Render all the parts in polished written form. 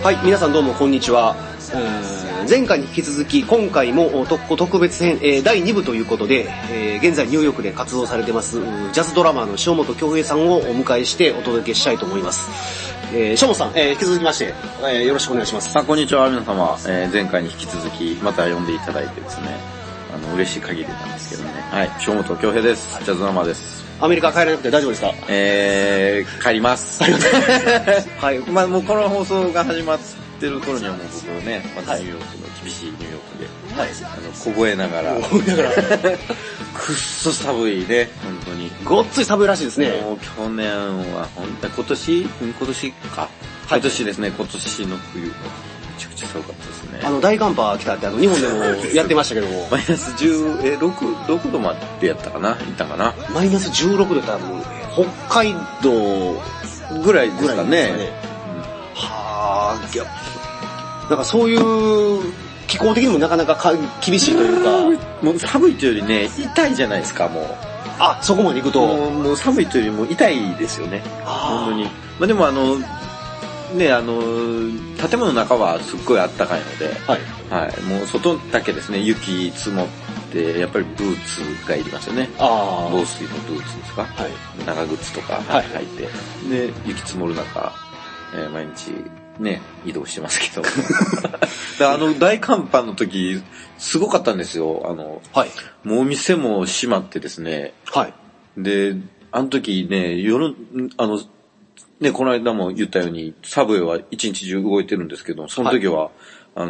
はい、皆さんどうもこんにちは。前回に引き続き今回も特別編、第2部ということで、現在ニューヨークで活動されてますジャズドラマーの塩本恭平さんをお迎えしてお届けしたいと思います。塩本さん、引き続きまして、よろしくお願いします。 こんにちは皆様、前回に引き続きまた呼んでいただいてですね、嬉しい限りなんですけどね。はい、塩本恭平です。ジャズドラマーです。 アメリカ帰らなくて大丈夫ですか？ 帰ります。 帰ります。 はい。まあもうこの放送が始まってる頃にはもう僕ね、またニューヨークの厳しいニューヨークで、はい、凍えながら、くっそ寒いね、本当に。 ごっつい寒いらしいですね。 もう去年は本当に今年か。今年ですね、今年の冬。めちゃくちゃ寒かったですね。 大寒波来たって日本でもやってましたけども。 マイナス6度までやったかな、いったかな。 マイナス16度やったらもう、北海道ぐらいですかね。 はぁ、なんかそういう気候的にもなかなか厳しいというか。 もう寒いというよりね、痛いじゃないですか、もう。 あ、そこまで行くと。 もう寒いというよりも痛いですよね。本当に。まあでもね、建物の中はすっごい暖かいので、はい。はい。もう外だけですね、雪積もって、やっぱりブーツがいりますよね。防水のブーツですか？はい。長靴とか履いて、で、雪積もる中、毎日ね、移動してますけど。大寒波の時、すごかったんですよ。はい。もうお店も閉まってですね。はい。で、あの時ね、ね、この間も言ったように、サブウェイは一日中動いてるんですけど、その時は、はい、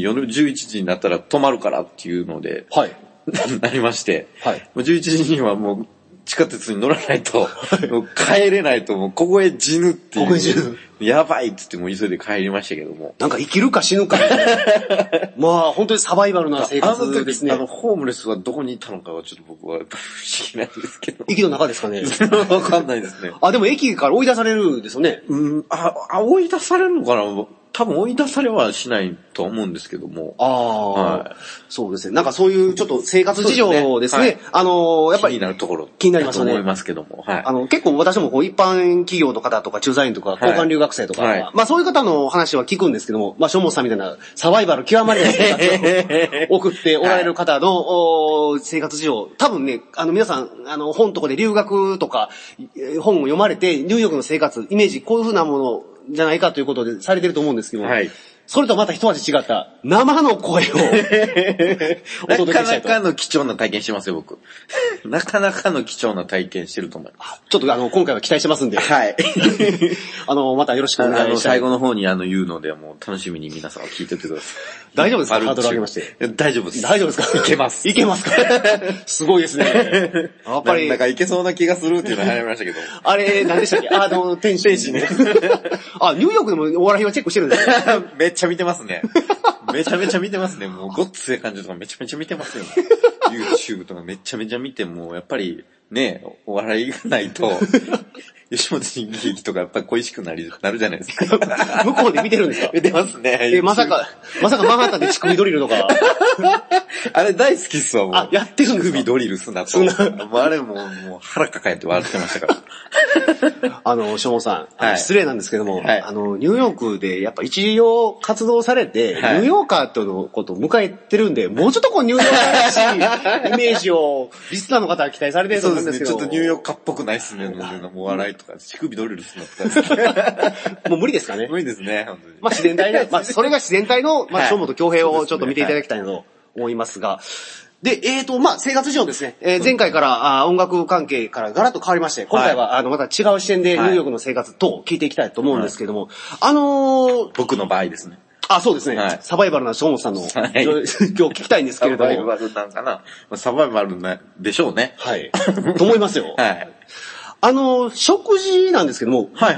夜11時になったら止まるからっていうので、はい。なりまして、はい。11時にはもう地下鉄に乗らないと、もう帰れないと、もう凍え死ぬっていう。凍え死ぬ。やばいっつってもう急いで帰りましたけども。 なんか生きるか死ぬか。まあ本当にサバイバルな生活ですね。 ホームレスはどこにいたのかはちょっと僕は不思議なんですけど。 駅の中ですかね。 わかんないですね。 でも駅から追い出されるですよね。 追い出されるのかな？多分追い出されはしないと思うんですけども。 はい。そうですね。なんかそういうちょっと生活事情ですね。やっぱり。 気になるところ。 気になりますよね。 思いますけども。はい。 結構私も一般企業の方とか駐在員とか交換留学生とか、はい、まあそういう方の話は聞くんですけども、まあ塩本さんみたいなサバイバル極まりない生活を送っておられる方の生活事情、多分ね、皆さん、本とかで留学とか本を読まれて、ニューヨークの生活、イメージ、こういう風なものじゃないかということでされてると思うんですけども、はい。それとまた一味違った生の声をお届けしたいと。 なかなかの貴重な体験してますよ、僕。なかなかの貴重な体験してると思います。 ちょっと今回は期待してますんで。はい。またよろしくお願いします。 最後の方に言うので、もう楽しみに皆さん聞いててください。 大丈夫ですか？ハードル上げまして。 大丈夫です。 大丈夫ですか？ いけます。 いけますか？すごいですね。やっぱり。 なんかいけそうな気がするっていうのが入りましたけど。 あれ、何でしたっけ？天使ね。ニューヨークでもお笑いはチェックしてるんですか？ めっちゃ見てますね。めちゃめちゃ見てますね。もうごっつい感じとかめちゃめちゃ見てますよ。YouTube とかめちゃめちゃ見て、もうやっぱりね、お笑いがないと、吉本新喜劇とかやっぱり恋しくなるじゃないですか。 向こうで見てるんですか？ 見てますね。 まさかマンハッタンで乳首ドリルとか。 あれ大好きっすわ、もう。 やってるんですか？ 乳首ドリルすなと。あれもう腹抱えて笑ってましたから。 塩本さん、失礼なんですけども、ニューヨークでやっぱ一応活動されて、ニューヨーカーとのことを迎えてるんで、もうちょっとニューヨーカーらしいイメージをリスナーの方は期待されてると思うんですけど。 そうですね、ちょっとニューヨーカーっぽくないっすね、もう笑いとか、乳首ドリルすなとか。 もう無理ですかね？ 無理ですね、本当に。 まあ自然体それが自然体の、塩本恭平をちょっと見ていただきたいなと思いますが、で、生活上ですね、前回から音楽関係からガラッと変わりまして、今回はまた違う視点でニューヨークの生活等を聞いていきたいと思うんですけども、 僕の場合ですね。 そうですね。サバイバルな塩本さんの、今日聞きたいんですけれども。 サバイバルなんかな？サバイバルでしょうね。 はい。と思いますよ。はい。食事なんですけども。 はい。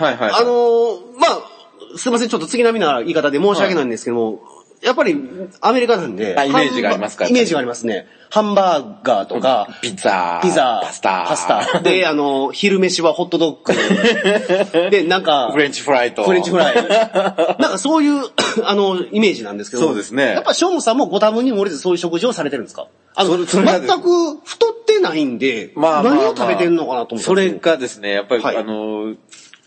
すいません、ちょっと次並みな言い方で申し訳ないんですけども、やっぱりアメリカなんで、 イメージがありますから。 イメージがありますね。ハンバーガーとか、 ピザ、 パスタ。で、昼飯はホットドッグ。で、なんか、 フレンチフライ。 なんかそういう、イメージなんですけど。 そうですね。 やっぱショーンさんもご多分に漏れずそういう食事をされてるんですか？全く太ってないんで、何を食べてんのかなと思って。 それがですね、やっぱり、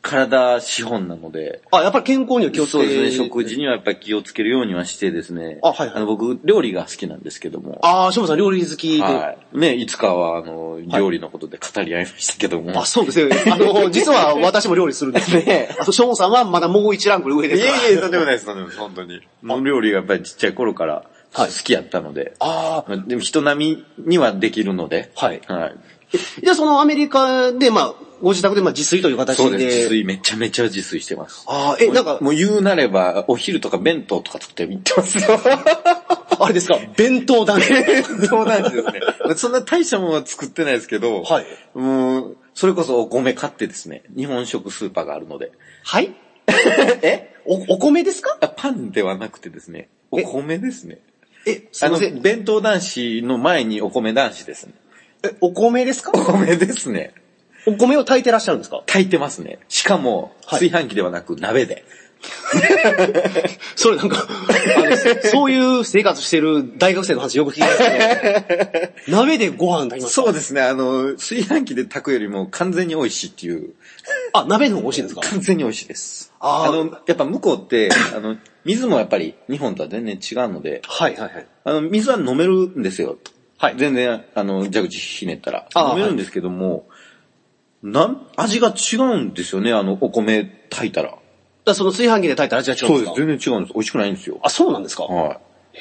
体資本なので。 あ、やっぱり健康には気をつけそうですね。食事にはやっぱり気をつけるようにはしてですね。 あ、はいはい。 僕、料理が好きなんですけども。 あ、しょうさん料理好きで。 はい。ね、いつかは料理のことで語り合いましたけども。 あ、そうですね。実は私も料理するんですね。あと、しょうさんはまだもう1ランク上ですから。 いえ、とんでもないです、とんでもないです、本当に。料理がやっぱりちっちゃい頃から好きやったので。 ああ。 でも人並みにはできるので。 はい。 はい。 じゃあそのアメリカで、ご自宅で自炊という形で。 そうです。自炊、めちゃめちゃ自炊してます。 ああ、なんか。 もう言うなれば、お昼とか弁当とか作って行ってますよ。 あれですか、弁当男子。 弁当男子ですね。そんな大したものは作ってないですけど、 はい。 もう、それこそお米買ってですね、日本食スーパーがあるので。 はいお米ですか？ パンではなくてですね、お米ですね。 すいません。 弁当男子の前にお米男子ですね。 お米ですか？ お米ですね。 お米を炊いてらっしゃるんですか？ 炊いてますね。しかも、炊飯器ではなく鍋で。 それなんか、そういう生活してる大学生の話よく聞きますけど、鍋でご飯炊きますか？ そうですね、炊飯器で炊くよりも完全に美味しいっていう。 あ、鍋の方が美味しいんですか？ 完全に美味しいです。やっぱ向こうって、水もやっぱり日本とは全然違うので、 はいはいはい。 水は飲めるんですよ。 はい。 全然、蛇口ひねったら。飲めるんですけども、味が違うんですよね、お米炊いたら。 その炊飯器で炊いたら味が違うんですか？ そうです、全然違うんです。美味しくないんですよ。 あ、そうなんですか？ はい。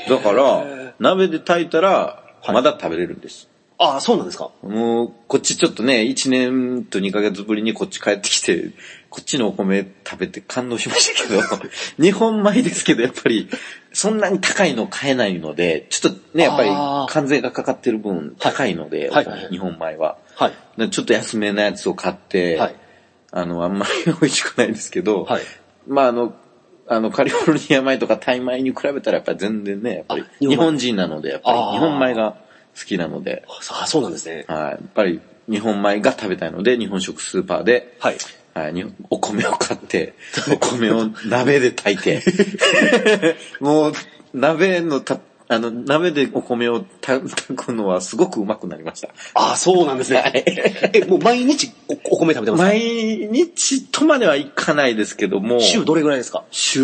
だから、鍋で炊いたら、まだ食べれるんです。 あ、そうなんですか？ もう、こっちちょっとね、1年と2ヶ月ぶりにこっち帰ってきて、こっちのお米食べて感動しましたけど、日本米ですけど、やっぱり、そんなに高いの買えないので、ちょっとね、やっぱり関税がかかってる分高いので、日本米は。はい。ちょっと安めなやつを買って、はい。あんまり美味しくないですけど、はい。カリフォルニア米とかタイ米に比べたらやっぱり全然ね、やっぱり日本人なので、やっぱり日本米が好きなので。 あ、そうなんですね。 はい。やっぱり日本米が食べたいので、日本食スーパーで、はい。はい、お米を買って、お米を鍋で炊いて、もう、鍋でお米を炊くのはすごくうまくなりました。 あ、そうなんですね。はい、もう毎日お米食べてますか？ 毎日とまではいかないですけども。 週どれぐらいですか？ 週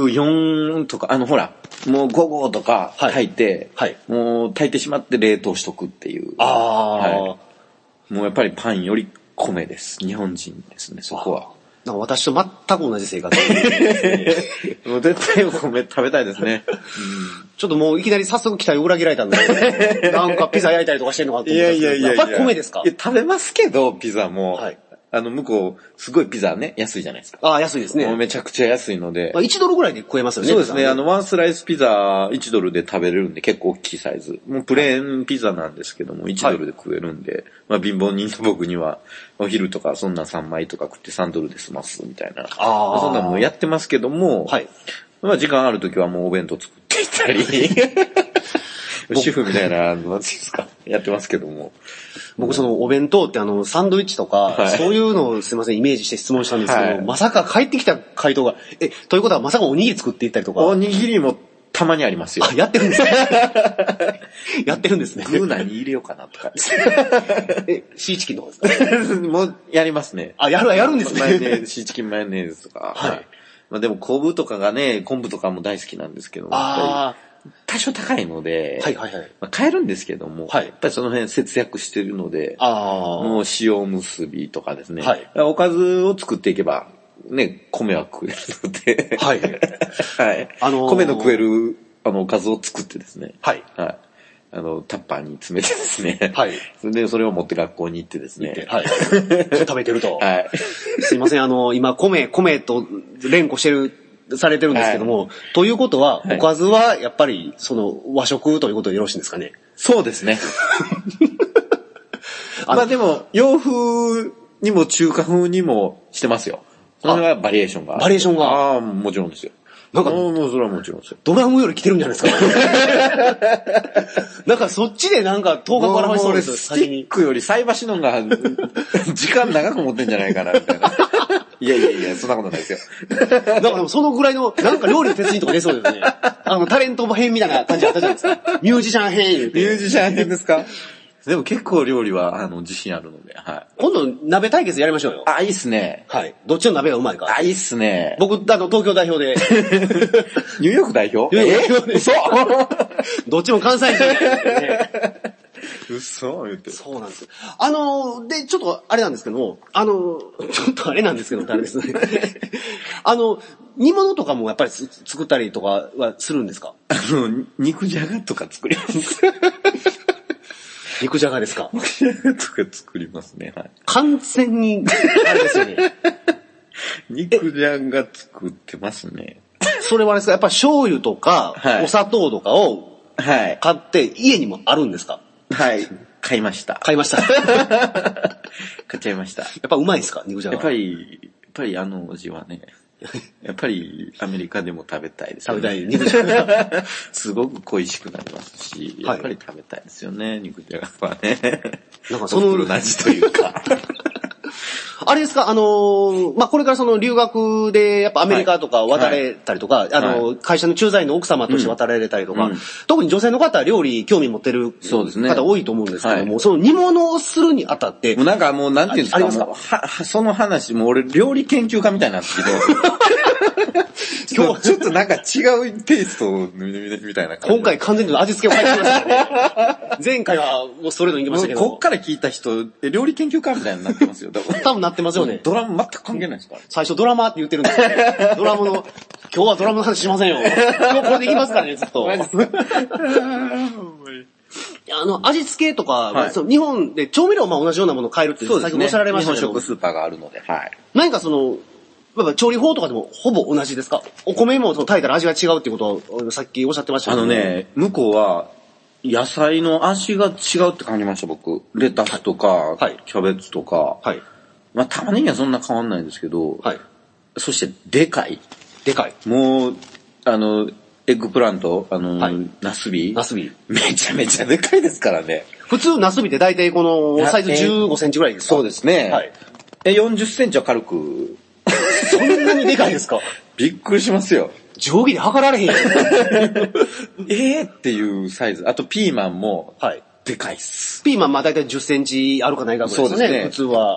4とか、ほら、もう午後とか炊いて、はい、もう炊いてしまって冷凍しとくっていう。はい、もうやっぱりパンより米です。日本人ですね、そこは。 なんか私と全く同じ生活。 もう絶対お米食べたいですね。 ちょっともういきなり早速期待を裏切られたんで、なんかピザ焼いたりとかしてんのかと思ったんですけど。やっぱり米ですか？ いや、食べますけど、ピザも。はい。向こう、すごいピザね、安いじゃないですか。 ああ、安いですね。 もうめちゃくちゃ安いので。 1ドルぐらいで食えますよね。 そうですね、ワンスライスピザ1ドルで食べれるんで、結構大きいサイズ。もうプレーンピザなんですけども、1ドルで食えるんで、貧乏人の僕には、お昼とかそんな3枚とか食って3ドルで済ます、みたいな。そんなもんやってますけども、はい。時間あるときはもうお弁当作っていったり、主婦みたいな、なんですか、やってますけども。 僕そのお弁当ってサンドイッチとか、はい、そういうのをすいませんイメージして質問したんですけど、はい、まさか帰ってきた回答が、ということはまさかおにぎり作っていったりとか。 おにぎりもたまにありますよ。 あ、やってるんですね。やってるんですね。 具何入れようかなとか。 シーチキンの方ですか？ もうやりますね。 あ、やるんですね。 シーチキンマヨネーズとか。はい。でも昆布とかがね、昆布とかも大好きなんですけども。多少高いので、はいはいはい。買えるんですけども、はい、やっぱりその辺節約してるので、もう塩結びとかですね、はい、おかずを作っていけば、ね、米は食えるので、はい。はい。米の食える、おかずを作ってですね、はい。はい。タッパーに詰めてですね、はい。で、それを持って学校に行ってですね、 はい。食べてると。はい。すいません、今、米と連呼してる、されてるんですけども、はい、ということは、おかずはやっぱりその和食ということでよろしいんですかね？ そうですね。でも洋風にも中華風にもしてますよ。それはバリエーションが。 バリエーションが。 ああ、もちろんですよ。なんか、もうそれはもちろんですよ。 ドラムより来てるんじゃないですか？なんかそっちでなんか10日から入りそうですよ、 スティックより菜箸のが時間長く持ってんじゃないかな、みたいな。いや、そんなことないですよ。 だからでもそのぐらいの、なんか料理の鉄人とか出そうですね。タレント編みたいな感じあったじゃないですか。ミュージシャン編言うて。 ミュージシャン編ですか？ でも結構料理は、自信あるので、はい。 今度、鍋対決やりましょうよ。 あ、いいっすね。 はい。どっちの鍋がうまいか。 あ、いいっすね。 僕、東京代表で。 ニューヨーク代表嘘どっちも関西人なんでね。 嘘言って。 そうなんです。で、ちょっとあれなんですけども、ちょっとあれなんですけど、あれですね。煮物とかもやっぱり作ったりとかはするんですか？ 肉じゃがとか作ります。 肉じゃがですか？ 肉じゃがとか作りますね、はい。 完全に、あれですよね。 肉じゃが作ってますね。 それはあれですか？やっぱ醤油とか、はい、お砂糖とかを買って家にもあるんですか？ はい。買いました。 買いました。 買っちゃいました。 やっぱうまいですか？肉じゃが。 やっぱりあの味はね、やっぱりアメリカでも食べたいですよね。 食べたい。肉じゃが。 すごく恋しくなりますし、やっぱり食べたいですよね、肉じゃがはね。 なんかその味というか。 あれですか、これからその留学でやっぱアメリカとか渡れたりとか、会社の駐在員の奥様として渡られたりとか、特に女性の方は料理興味持ってる方多いと思うんですけども、その煮物をするにあたって。 なんかもうなんていうんですか、もうその話、もう俺料理研究家みたいなんですけど、今日ちょっとなんか違うテイストみたいな感じ。 今回完全に味付けを変えてきましたね。前回はもうストレートに言いましたけど。 こっから聞いた人、料理研究家みたいになってますよ。 多分なってますよね。 ドラム全く関係ないですから。 最初ドラマーって言ってるんですよ。ドラムの、今日はドラムの話しませんよ。今日これでいきますからね、ずっと。味付けとか、日本で調味料も同じようなものを変えるって先ほどおっしゃられましたけど。 日本食スーパーがあるので。はい。 何か調理法とかでもほぼ同じですか？お米も炊いたら味が違うっていうことをさっきおっしゃってましたけど。 向こうは野菜の味が違うって感じました、僕。レタスとか、キャベツとか。はい。まあ、玉ねぎはそんな変わんないんですけど。はい。そして、でかい。もう、エッグプラント、ナスビ。めちゃめちゃでかいですからね。 普通ナスビって大体このサイズ15センチぐらいですか？ そうですね。はい。40センチは軽く。 そんなにでかいですか？ びっくりしますよ。 定規で測られへんやん。 っていうサイズ。あとピーマンも、でかいっす。 ピーマンだいたい10センチあるかないかぐらいですね。そうですね。普通は。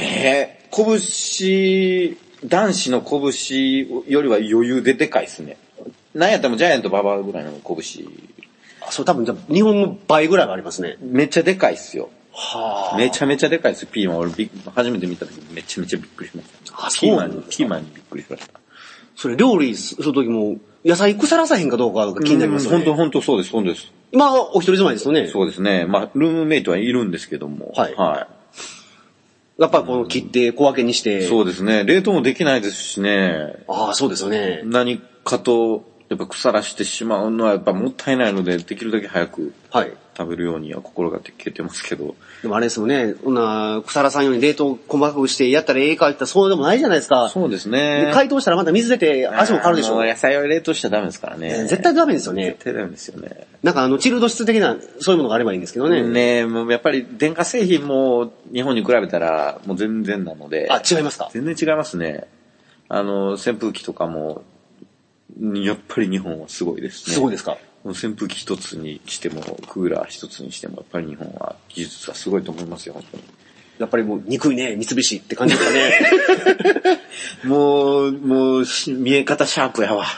拳、男子の拳よりは余裕ででかいっすね。なんやったらジャイアントババアぐらいの拳。 そう、多分じゃ日本の倍ぐらいはありますね。 めっちゃでかいっすよ。 はあ。 めちゃめちゃでかいっす、ピーマン。俺初めて見た時めちゃめちゃびっくりしました。ピーマンにびっくりしました。 それ料理する時も野菜腐らさへんかどうかが気になりますよね。 本当そうです。 今お一人住まいですよね。 そうですね。まあルームメイトはいるんですけども。はい。 やっぱこの切って小分けにして。 そうですね。冷凍もできないですしね。 ああ、そうですよね。 何かとやっぱ腐らしてしまうのはやっぱもったいないので、できるだけ早く食べるようには心がけてますけど。 でもあれですよね。腐らさんように冷凍細かくしてやったらええかって言ったらそうでもないじゃないですか。 そうですね。 解凍したらまた水出て味も変わるでしょ。 野菜を冷凍しちゃダメですからね。 絶対ダメですよね。 絶対ダメですよね。 なんかチルド室的なそういうものがあればいいんですけどね。 ねえ、もうやっぱり電化製品も日本に比べたらもう全然なので。 あ、違いますか？ 全然違いますね。扇風機とかも、やっぱり日本はすごいですね。 すごいですか？ 扇風機一つにしても、クーラー一つにしても、やっぱり日本は技術はすごいと思いますよ、本当に。 やっぱりもう憎いね、三菱って感じですかね。 もう、見え方シャープやわ。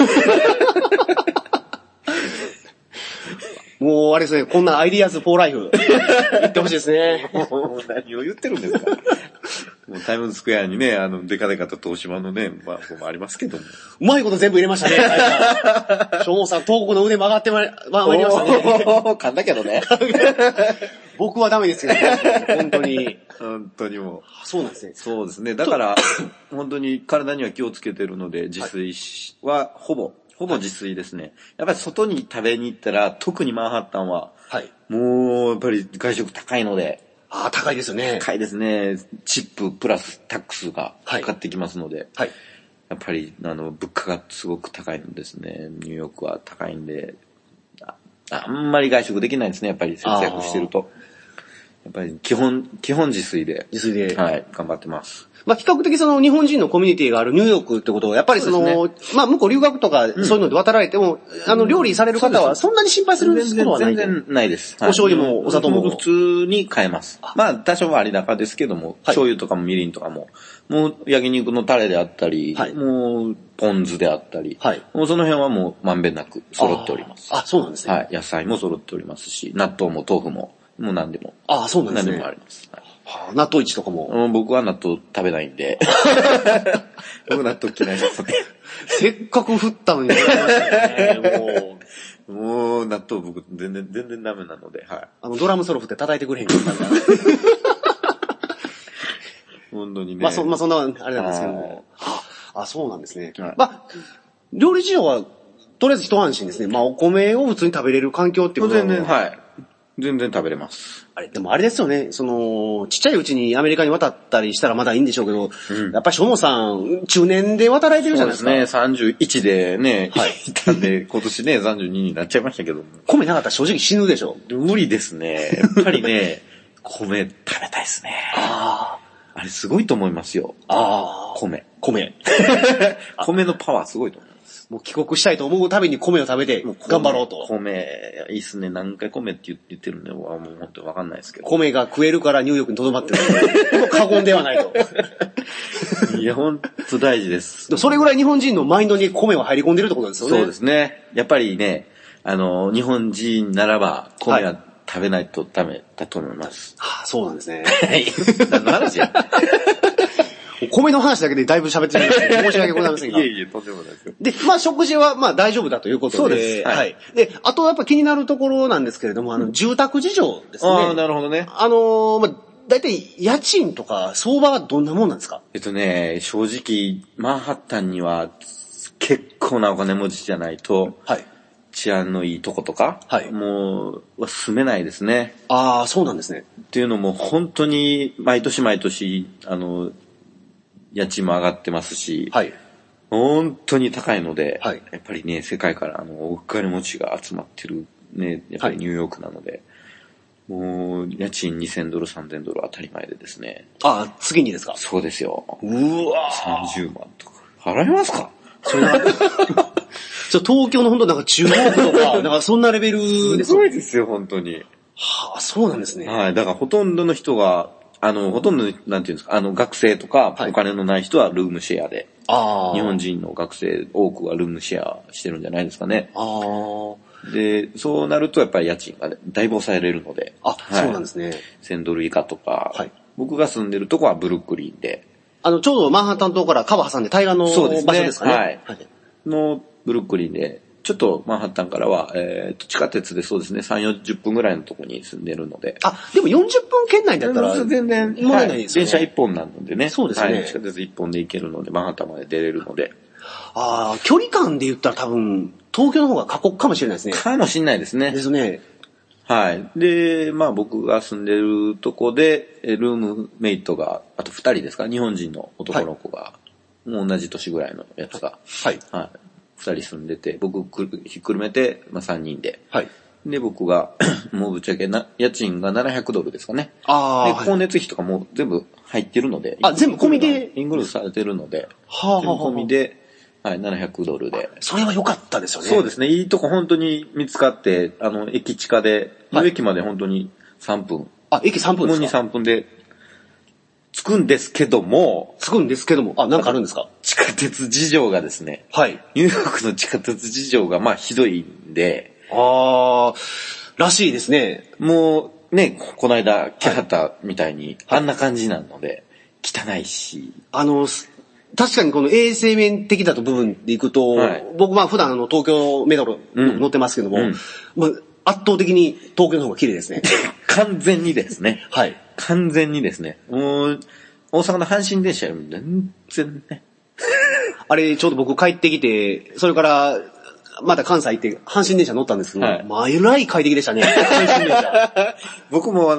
もうあれですね、こんなアイディアズフォーライフ言ってほしいですね。 もう何を言ってるんですか？もうタイムズスクエアにね、デカデカと東芝のね、もありますけども。 うまいこと全部入れましたね、ショーンさん、東国の腕曲がってまいりましたね。 噛んだけどね。 僕はダメですよ、本当に。 本当にもう。 そうなんですね。 そうですね。だから、本当に体には気をつけてるので、自炊はほぼ自炊ですね。やっぱり外に食べに行ったら、特にマンハッタンは、もうやっぱり外食高いので。 ああ、高いですよね。 高いですね。チッププラスタックスがかかってきますので。やっぱり、物価がすごく高いんですね。ニューヨークは高いんで、あんまり外食できないですね。やっぱり節約してると。 やっぱり基本自炊で。 自炊で。 はい、頑張ってます。 まあ、比較的その日本人のコミュニティがあるニューヨークってことは、やっぱりその、まあ、向こう留学とかそういうので渡られても、料理される方はそんなに心配することはない。 全然ないです。 お醤油もお砂糖も。 普通に買えます。まあ、多少は割高ですけども、醤油とかもみりんとかも、もう焼肉のタレであったり、もうポン酢であったり、もうその辺はもうまんべんなく揃っております。 あ、そうなんですね。 はい。野菜も揃っておりますし、納豆も豆腐も、もう何でも。 あ、そうなんですね。 何でもあります。 納豆市とかも。 僕は納豆食べないんで。僕納豆嫌いですね。 せっかく振ったのに、 もう納豆僕全然ダメなので、はい。 ドラムソロ振って叩いてくれへんかったみたいな。 本当にね。 まあそんな、あれなんですけども。あ、そうなんですね。まあ、料理事情は、とりあえず一安心ですね。まあ、お米を普通に食べれる環境っていうことは。 はい。全然食べれます。 でもあれですよね、ちっちゃいうちにアメリカに渡ったりしたらまだいいんでしょうけど、やっぱりしょもさん、中年で渡られてるじゃないですか。 そうですね、31でね、いたんで、今年ね、32になっちゃいましたけども。 米なかったら正直死ぬでしょ。 無理ですね。やっぱりね、米食べたいですね。あれすごいと思いますよ。米。米のパワーすごいと思います。 もう帰国したいと思うたびに米を食べて頑張ろうと。 米、いいっすね。何回米って言ってるんで、もう本当にわかんないですけど。 米が食えるからニューヨークに留まってる。過言ではないと。いや、本当大事です。 それぐらい日本人のマインドに米は入り込んでるってことですよね。 そうですね。やっぱりね、日本人ならば米は食べないとダメだと思います。 そうなんですね。 はい。何の話や米の話だけでだいぶ喋ってしまいました。申し訳ございませんが。 いえ、とんでもないですよ。 で、まあ食事はまあ大丈夫だということで。 そうです。 はい。で、あとやっぱ気になるところなんですけれども、住宅事情ですね。 なるほどね。 まあ、だいたい家賃とか相場はどんなもんなんですか？ 正直、マンハッタンには結構なお金持ちじゃないと、治安のいいとことか、もう住めないですね。 そうなんですね。 っていうのも本当に毎年、家賃も上がってますし、本当に高いので、やっぱりね、世界からお金持ちが集まってるね、やっぱりニューヨークなので、もう家賃$2,000、$3,000当たり前でですね。 次にですか？ そうですよ。 うわ 30万とか。払えますか？ それは東京の本当なんか中央区とか、なんかそんなレベルです。 すごいですよ、本当に。 そうなんですね。 だからほとんどの人が、ほとんど、なんていうんですか、学生とか、お金のない人はルームシェアで。日本人の学生多くはルームシェアしてるんじゃないですかね。で、そうなるとやっぱり家賃がだいぶ抑えれるので。 そうなんですね。 $1,000以下とか。僕が住んでるとこはブルックリンで。 ちょうどマンハッタン島から川挟んで対岸の場所ですかね。 のブルックリンで、ちょっとマンハッタンからは、地下鉄でそうですね、3、40分ぐらいのとこに住んでるので。 でも40分圏内だったら全然問題ないですよね。電車1本なのでね。 そうですね。 地下鉄1本で行けるので、マンハッタンまで出れるので。 距離感で言ったら多分、東京の方が過酷かもしれないですね。 かもしれないですね。 ですね。 で、まあ僕が住んでるとこで、ルームメイトが、あと2人ですか、日本人の男の子が、もう同じ年ぐらいのやつが、2人住んでて、僕ひっくるめて、まあ3人で。で、僕が、もうぶっちゃけ家賃が$700ですかね。で、光熱費とかも全部入ってるので。 全部込みでインクルードされてるので。全部込みで、$700で。 それは良かったですよね。 そうですね。いいとこ本当に見つかって、駅地下で、駅まで本当に3分。 駅3分ですか？ もう2、3分で着くんですけども。 なんかあるんですか？ 地下鉄事情がですね。ニューヨークの地下鉄事情がまあひどいんで。 らしいですね。 もうね、この間来はったみたいに、あんな感じなので、汚いし。 確かにこの衛生面的だと部分でいくと、僕普段東京メトロ乗ってますけども、圧倒的に東京の方が綺麗ですね。 完全にですね。完全にですね。もう、大阪の阪神電車より全然ね。 あれ、ちょうど僕帰ってきて、それから、また関西行って阪神電車乗ったんですけど、えらい快適でしたね。阪神電車。 僕も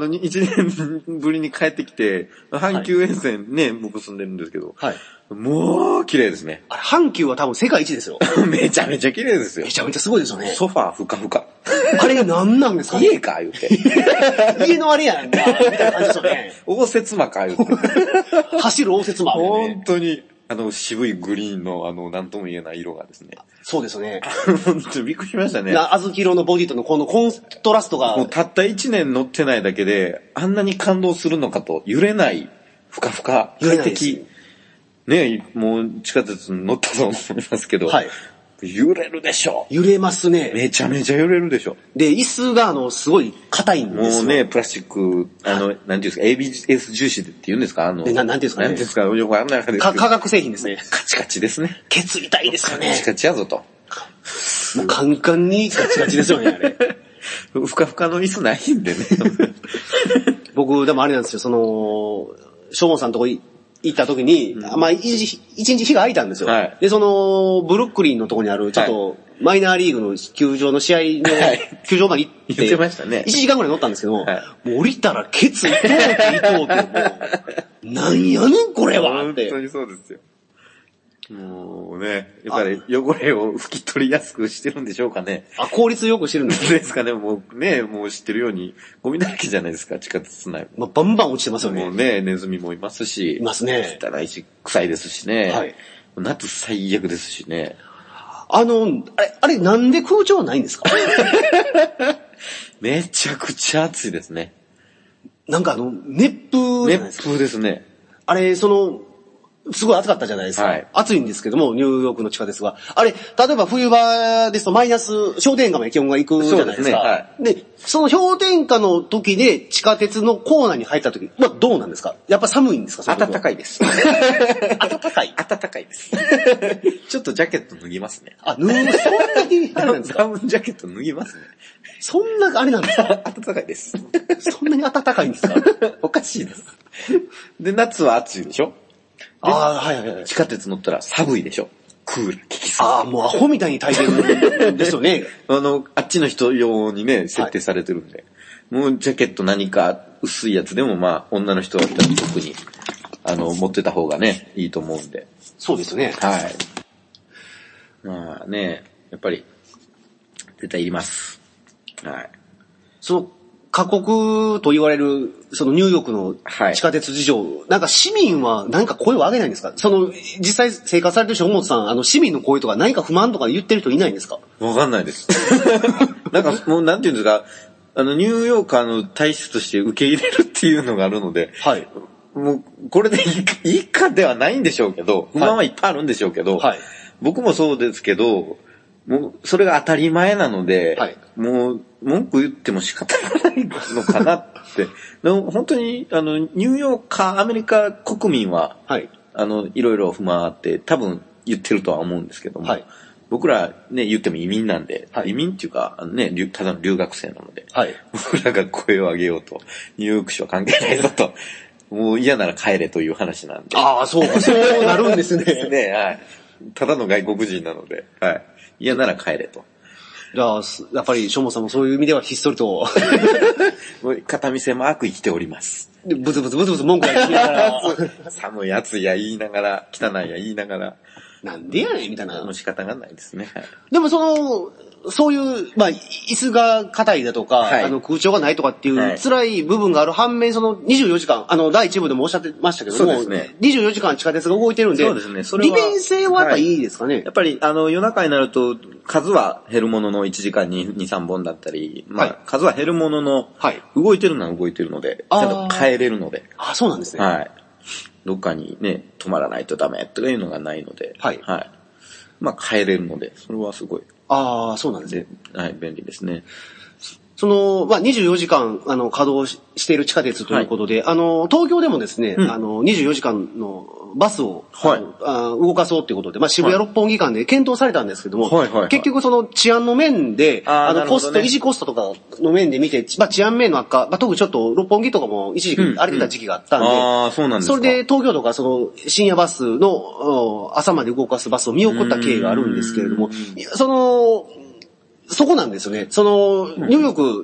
1年ぶりに帰ってきて、阪急沿線ね、僕住んでるんですけど、もう綺麗ですね。 阪急は多分世界一ですよ。 めちゃめちゃ綺麗ですよ。 めちゃめちゃすごいですよね。 ソファーふかふか。 あれ何なんですか家か言うて。 家のあれやんな、みたいな感じですよね。 応接間か言うて。 走る応接間、ね。 本当に、渋いグリーンのなんとも言えない色がですね。 そうですね。 本当にびっくりしましたね。 小豆色のボディとのこのコントラストが。 もうたった1年乗ってないだけで、あんなに感動するのかと、揺れない、ふかふか、快適。ね、もう地下鉄に乗ったと思いますけど。はい。揺れるでしょ。 揺れますね。 めちゃめちゃ揺れるでしょ。 で、椅子がすごい硬いんですよ。 もうね、プラスチック、なんていうんですか、ABS 重視でって言うんですかなんていうんですかね。 なんていうんですか、よくわかんないですけど。 化学製品ですね。 カチカチですね。 ケツ痛いですよね。 カチカチやぞと。 もうカンカンにカチカチですよね、あれ。 ふかふかの椅子ないんでね。 僕、でもあれなんですよ、ショーモンさんのとこ行った時に、まあ、一日日が空いたんですよ。はい、で、ブルックリンのとこにある、ちょっと、マイナーリーグの球場の試合の、球場まで行って、 言ってましたね。 1時間ぐらい乗ったんですけど、もう降りたらケツ痛うて痛うて、もう、なんやねんこれはって。 本当にそうですよ。もうね、やっぱり汚れを拭き取りやすくしてるんでしょうかね。 効率よくしてるんですね。 ですかね、もうね、もう知ってるように、ゴミだらけじゃないですか、地下鉄内も。バンバン落ちてますよね。 もうね、ネズミもいますし。 いますね。 汚いし、臭いですしね。はい。夏最悪ですしね。 あれなんで空調はないんですか？ めちゃくちゃ暑いですね。 なんか熱風じゃないですか。 熱風ですね。 あれ、すごい暑かったじゃないですか。はい、暑いんですけども、ニューヨークの地下鉄は。あれ、例えば冬場ですとマイナス、氷点下まで気温が行くじゃないですか。そうですね。はい、で、その氷点下の時で地下鉄のコーナーに入った時はどうなんですか？やっぱ寒いんですか？ 暖かいです。 暖かい暖かいです。ちょっとジャケット脱ぎますね。 そんなにあれなんですか？ ダウンジャケット脱ぎますね。 そんな、あれなんですか？ 暖かいです。 そんなに暖かいんですか？ おかしいです。で、夏は暑いでしょ？ はいはいはい。 地下鉄乗ったら寒いでしょ？クーラー効きすぎ。 もうアホみたいに大変ですよね。 あっちの人用にね、設定されてるんで。はい、もうジャケット何か薄いやつでもまあ、女の人だったら特に、持ってた方がね、いいと思うんで。 そうですね。 はい。まあね、やっぱり、絶対いります。はい。 過酷と言われる、ニューヨークの地下鉄事情、はい、なんか市民は何か声を上げないんですか？実際生活されてる人、本さん、市民の声とか何か不満とか言ってる人いないんですか？ わかんないです。なんかもうなんていうんですか、ニューヨーカーの体質として受け入れるっていうのがあるので、はい。もう、これでいいかではないんでしょうけど、不満はいっぱいあるんでしょうけど、はい。僕もそうですけど、もう、それが当たり前なので、はい、もう、文句言っても仕方がないのかなって。本当に、ニューヨーカー、アメリカ国民は、はい、いろいろ不満あって、多分言ってるとは思うんですけども、はい、僕らね、言っても移民なんで、はい、移民っていうか、ね、ただの留学生なので、はい、僕らが声を上げようと、ニューヨーク市は関係ないぞと、もう嫌なら帰れという話なんで。 ああ、そうか、そうなるんですね。 ね、はい。ただの外国人なので、はい。嫌なら帰れと。 じゃあ、やっぱり、しょもさんもそういう意味ではひっそりと。 片見せマーク生きております。 でブツブツブツブツ文句言いながら。 寒いやつや言いながら、汚いや言いながら。 なんでやねんみたいな。 もう仕方がないですね。はい、 でもそういう、まあ、椅子が硬いだとか、はい、空調がないとかっていう辛い部分がある反面、24時間、第一部でもおっしゃってましたけども、そうですね。24時間地下鉄が動いてるんで、そうですね。それは利便性はやっぱいいですかね。はい、 やっぱり、夜中になると、数は減るものの1時間に2、3本だったり、まあ、はい、数は減るものの、はい、動いてるのは動いてるので、ちゃんと帰れるので。 あ、そうなんですね。 はい。どっかにね、止まらないとダメというのがないので、はい。はい。まあ、帰れるので、それはすごい。 ああ、そうなんですね。 はい、便利ですね。 まあ、24時間、稼働している地下鉄ということで、はい、東京でもですね、24時間のバスを、はい、動かそうということで、まあ、渋谷六本木間で検討されたんですけども、はいはいはい、結局治安の面で、コスト、維持コストとかの面で見て、まあ、治安面の悪化、まあ、特にちょっと六本木とかも一時期荒れてた時期があったんで、 そうなんですか。 それで東京とか深夜バスの朝まで動かすバスを見送った経緯があるんですけれども、そこなんですよね。ニューヨーク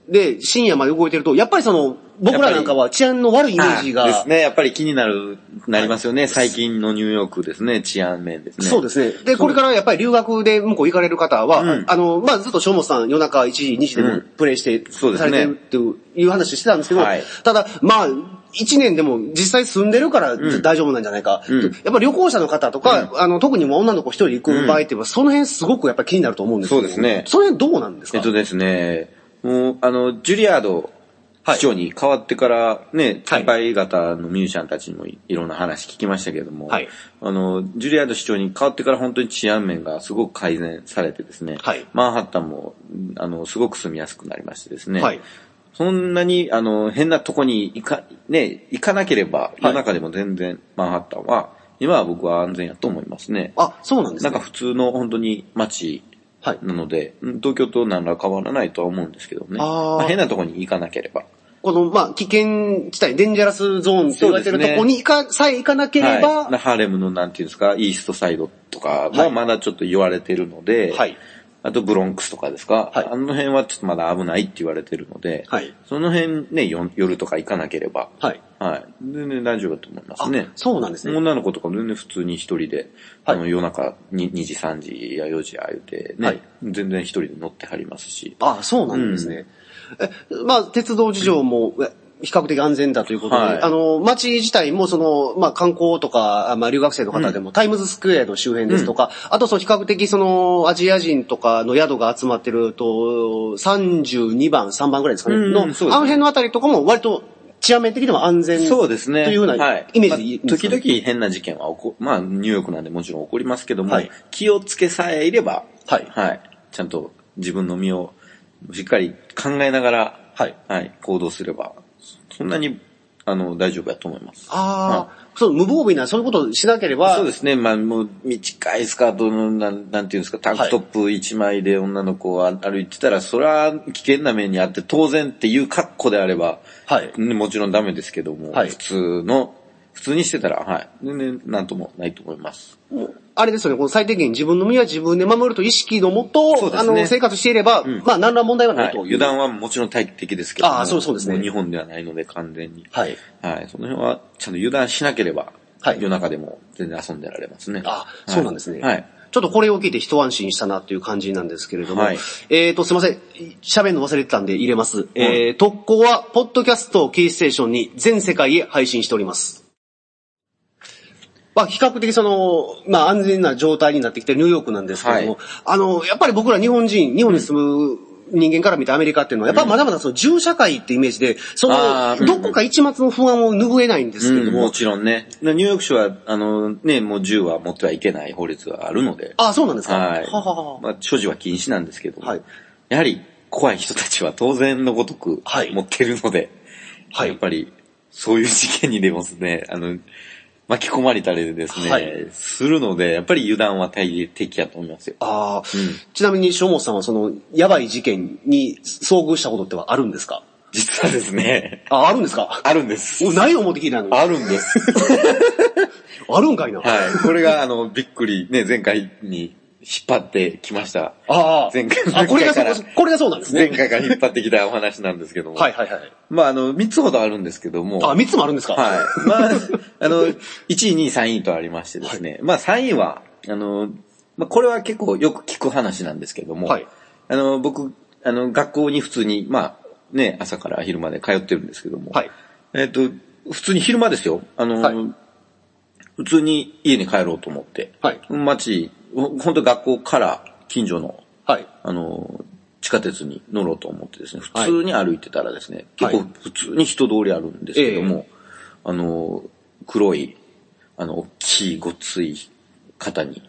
で深夜まで動いてると、やっぱり僕らなんかは治安の悪いイメージが。 ですね。やっぱり気になりますよね。最近のニューヨークですね。治安面ですね。 そうですね。で、これからやっぱり留学で向こう行かれる方は、まあずっと正本さん夜中1時、2時でもプレイして、されてるっていう話してたんですけど、ただ、まあ、1年でも実際住んでるから大丈夫なんじゃないか。やっぱり旅行者の方とか、特に女の子一人で行く場合っていうのは、その辺すごくやっぱり気になると思うんですけど。そうですね。その辺どうなんですか？ ですね、もう、ジュリアード市長に変わってからね、先輩方のミュージシャンたちにもいろんな話聞きましたけども、ジュリアード市長に変わってから本当に治安面がすごく改善されてですね、マンハッタンも、すごく住みやすくなりましてですね、そんなに、変なとこに行かなければ、夜中でも全然マンハッタンは、今は僕は安全やと思いますね。 あ、そうなんですね。 なんか普通の本当に街なので、東京と何ら変わらないとは思うんですけどね。変なとこに行かなければ。 この、まあ、危険地帯、デンジャラスゾーンって言われてるとこにさえ行かなければ、 ハーレムのなんていうんですか、イーストサイドとかもまだちょっと言われてるので、あとブロンクスとかですか、あの辺はちょっとまだ危ないって言われてるので、その辺ね、夜とか行かなければ、全然大丈夫だと思いますね。 そうなんですね。 女の子とか全然普通に一人で、夜中2時、3時や4時や言うてね、全然一人で乗ってはりますし。 あ、そうなんですね。まあ、鉄道事情も、比較的安全だということで、街自体もまあ、観光とか、まあ、留学生の方でも、タイムズスクエアの周辺ですとか、あと比較的アジア人とかの宿が集まってると、32番、3番ぐらいですかね。あの辺のあたりとかも割と治安面的にも安全というようなイメージで時々変な事件はまあ、ニューヨークなんでもちろん起こりますけども、気をつけさえいれば、ちゃんと自分の身をしっかり考えながら、行動すれば、そんなに、大丈夫だと思います。 無防備な、そういうことをしなければ。 そうですね。まあ、もう、短いスカートの、なんていうんですか、タンクトップ一枚で女の子を歩いてたら、それは危険な目にあって当然っていう格好であれば、もちろんダメですけども、普通にしてたら、全然なんともないと思います。 あれですよね、この最低限自分の身は自分で守ると意識のもと、生活していれば、まあ何ら問題はないと。 油断はもちろん大敵ですけども。 そうですね。 もう日本ではないので完全に。その辺はちゃんと油断しなければ、夜中でも全然遊んでられますね。 そうなんですね。ちょっとこれを聞いて一安心したなという感じなんですけれども、すいません、喋るの忘れてたんで入れます。特攻は、ポッドキャストをキーステーションに全世界へ配信しております。まあ、比較的まあ、安全な状態になってきてるニューヨークなんですけれども、やっぱり僕ら日本に住む人間から見たアメリカっていうのは、やっぱまだまだ銃社会ってイメージで、どこか一抹の不安を拭えないんですけれども。 もちろんね。ニューヨーク州は、もう銃は持ってはいけない法律があるので。 そうなんですか。 まあ、所持は禁止なんですけども。やはり、怖い人たちは当然のごとく持ってるので、やっぱり、そういう事件にでもですね、巻き込まれたりですね、するので、やっぱり油断は大敵やと思いますよ。 ちなみに、正本さんはやばい事件に遭遇したことってはあるんですか？ 実はですね。 あるんですか？ あるんです。 ない思って聞いたの？ あるんです。 あるんかいな。 これがびっくり、ね、前回に引っ張ってきました。 前回これがそうなんですね。 前回から引っ張ってきたお話なんですけども。まあ、3つほどあるんですけども。 3つもあるんですか？ まあ、1位、2位、3位とありましてですね。まあ、3位は、まあ、これは結構よく聞く話なんですけども。僕、学校に普通に、まあ、ね、朝から昼まで通ってるんですけども。普通に昼間ですよ。普通に家に帰ろうと思って。本当学校から近所の、地下鉄に乗ろうと思ってですね、普通に歩いてたらですね、結構普通に人通りあるんですけども、黒い、大きいごっつい方に、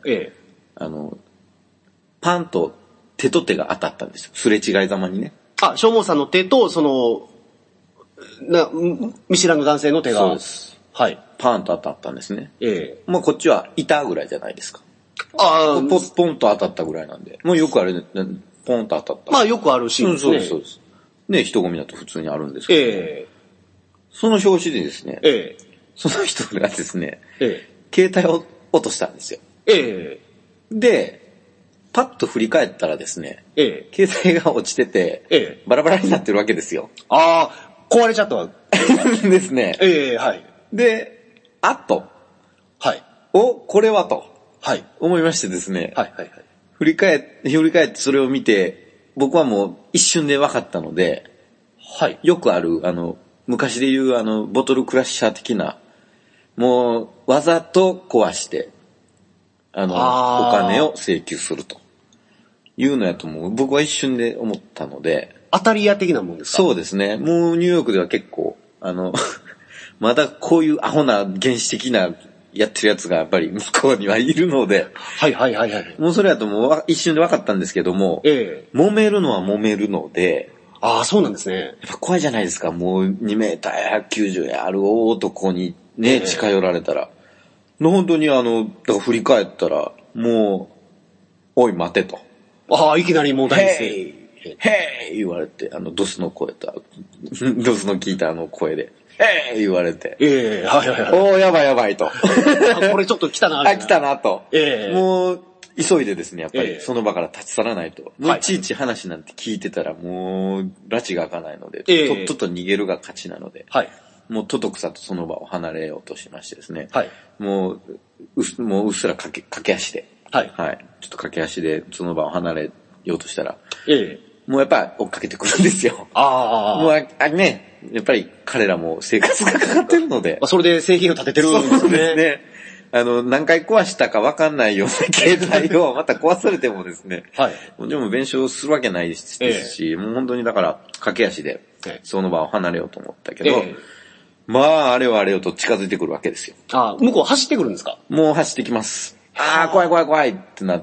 パンと手と手が当たったんですよ。すれ違いざまにね。 正門さんの手と、見知らぬ男性の手が。 そうです。パーンと当たったんですね。まあこっちはいたぐらいじゃないですか。ポンと当たったぐらいなんで。もうよくあれ、ポンと当たった。 まあよくあるシーンですね。 そうです。ね、人混みだと普通にあるんですけど。その表紙でですね、その人がですね、携帯を落としたんですよ。で、 パッと振り返ったらですね、携帯が落ちてて、バラバラになってるわけですよ。 ああ、壊れちゃったわ。 ですね。 はい。 で、あっと。 はい。 これはと。 はい。 思いましてですね。 はいはいはい。 振り返ってそれを見て、僕はもう一瞬で分かったので、 はい。 よくある、昔で言うボトルクラッシャー的な、もう、わざと壊して、お金を請求すると。いうのやともう僕は一瞬で思ったので。 当たり屋的なもんですか？ そうですね。もうニューヨークでは結構、まだこういうアホな原始的なやってるやつがやっぱり向こうにはいるので。 はいはいはいはい。 もうそれやともう一瞬で分かったんですけども、揉めるのは揉めるので、 ああ、そうなんですね。 やっぱ怖いじゃないですか。もう2メーター190ある大男にね、近寄られたら。本当にだから振り返ったら、もう、おい待てと。 ああ、いきなりもう大声。へい言われて、ドスの声と、ドスの聞いた声で、へい言われて。 はいはいはい。 おー、やばいやばいと。 これちょっと来たな。 来たなと。もう、急いでですね、やっぱりその場から立ち去らないと。もういちいち話なんて聞いてたらもう、拉致が開かないので、とっとと逃げるが勝ちなので、もうととくさとその場を離れようとしましてですね、もううっすら駆け足で、ちょっと駆け足でその場を離れようとしたら、もうやっぱ追っかけてくるんですよ。もうね、やっぱり彼らも生活がかかってるので。 それで製品を立ててるんですね。 そうですね。何回壊したか分かんないような携帯をまた壊されてもですね。もちろん弁償するわけないですし、もう本当にだから駆け足でその場を離れようと思ったけど、まああれはあれよと近づいてくるわけですよ。 向こう走ってくるんですか？ もう走ってきます。怖い怖い怖いってなって、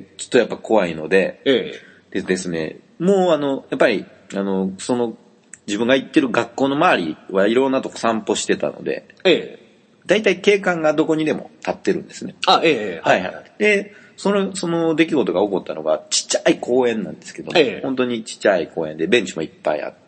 ちょっとやっぱ怖いので、でですね、もうやっぱり、自分が行ってる学校の周りはいろんなとこ散歩してたので、だいたい警官がどこにでも立ってるんですね。で、その出来事が起こったのがちっちゃい公園なんですけども、本当にちっちゃい公園でベンチもいっぱいあって、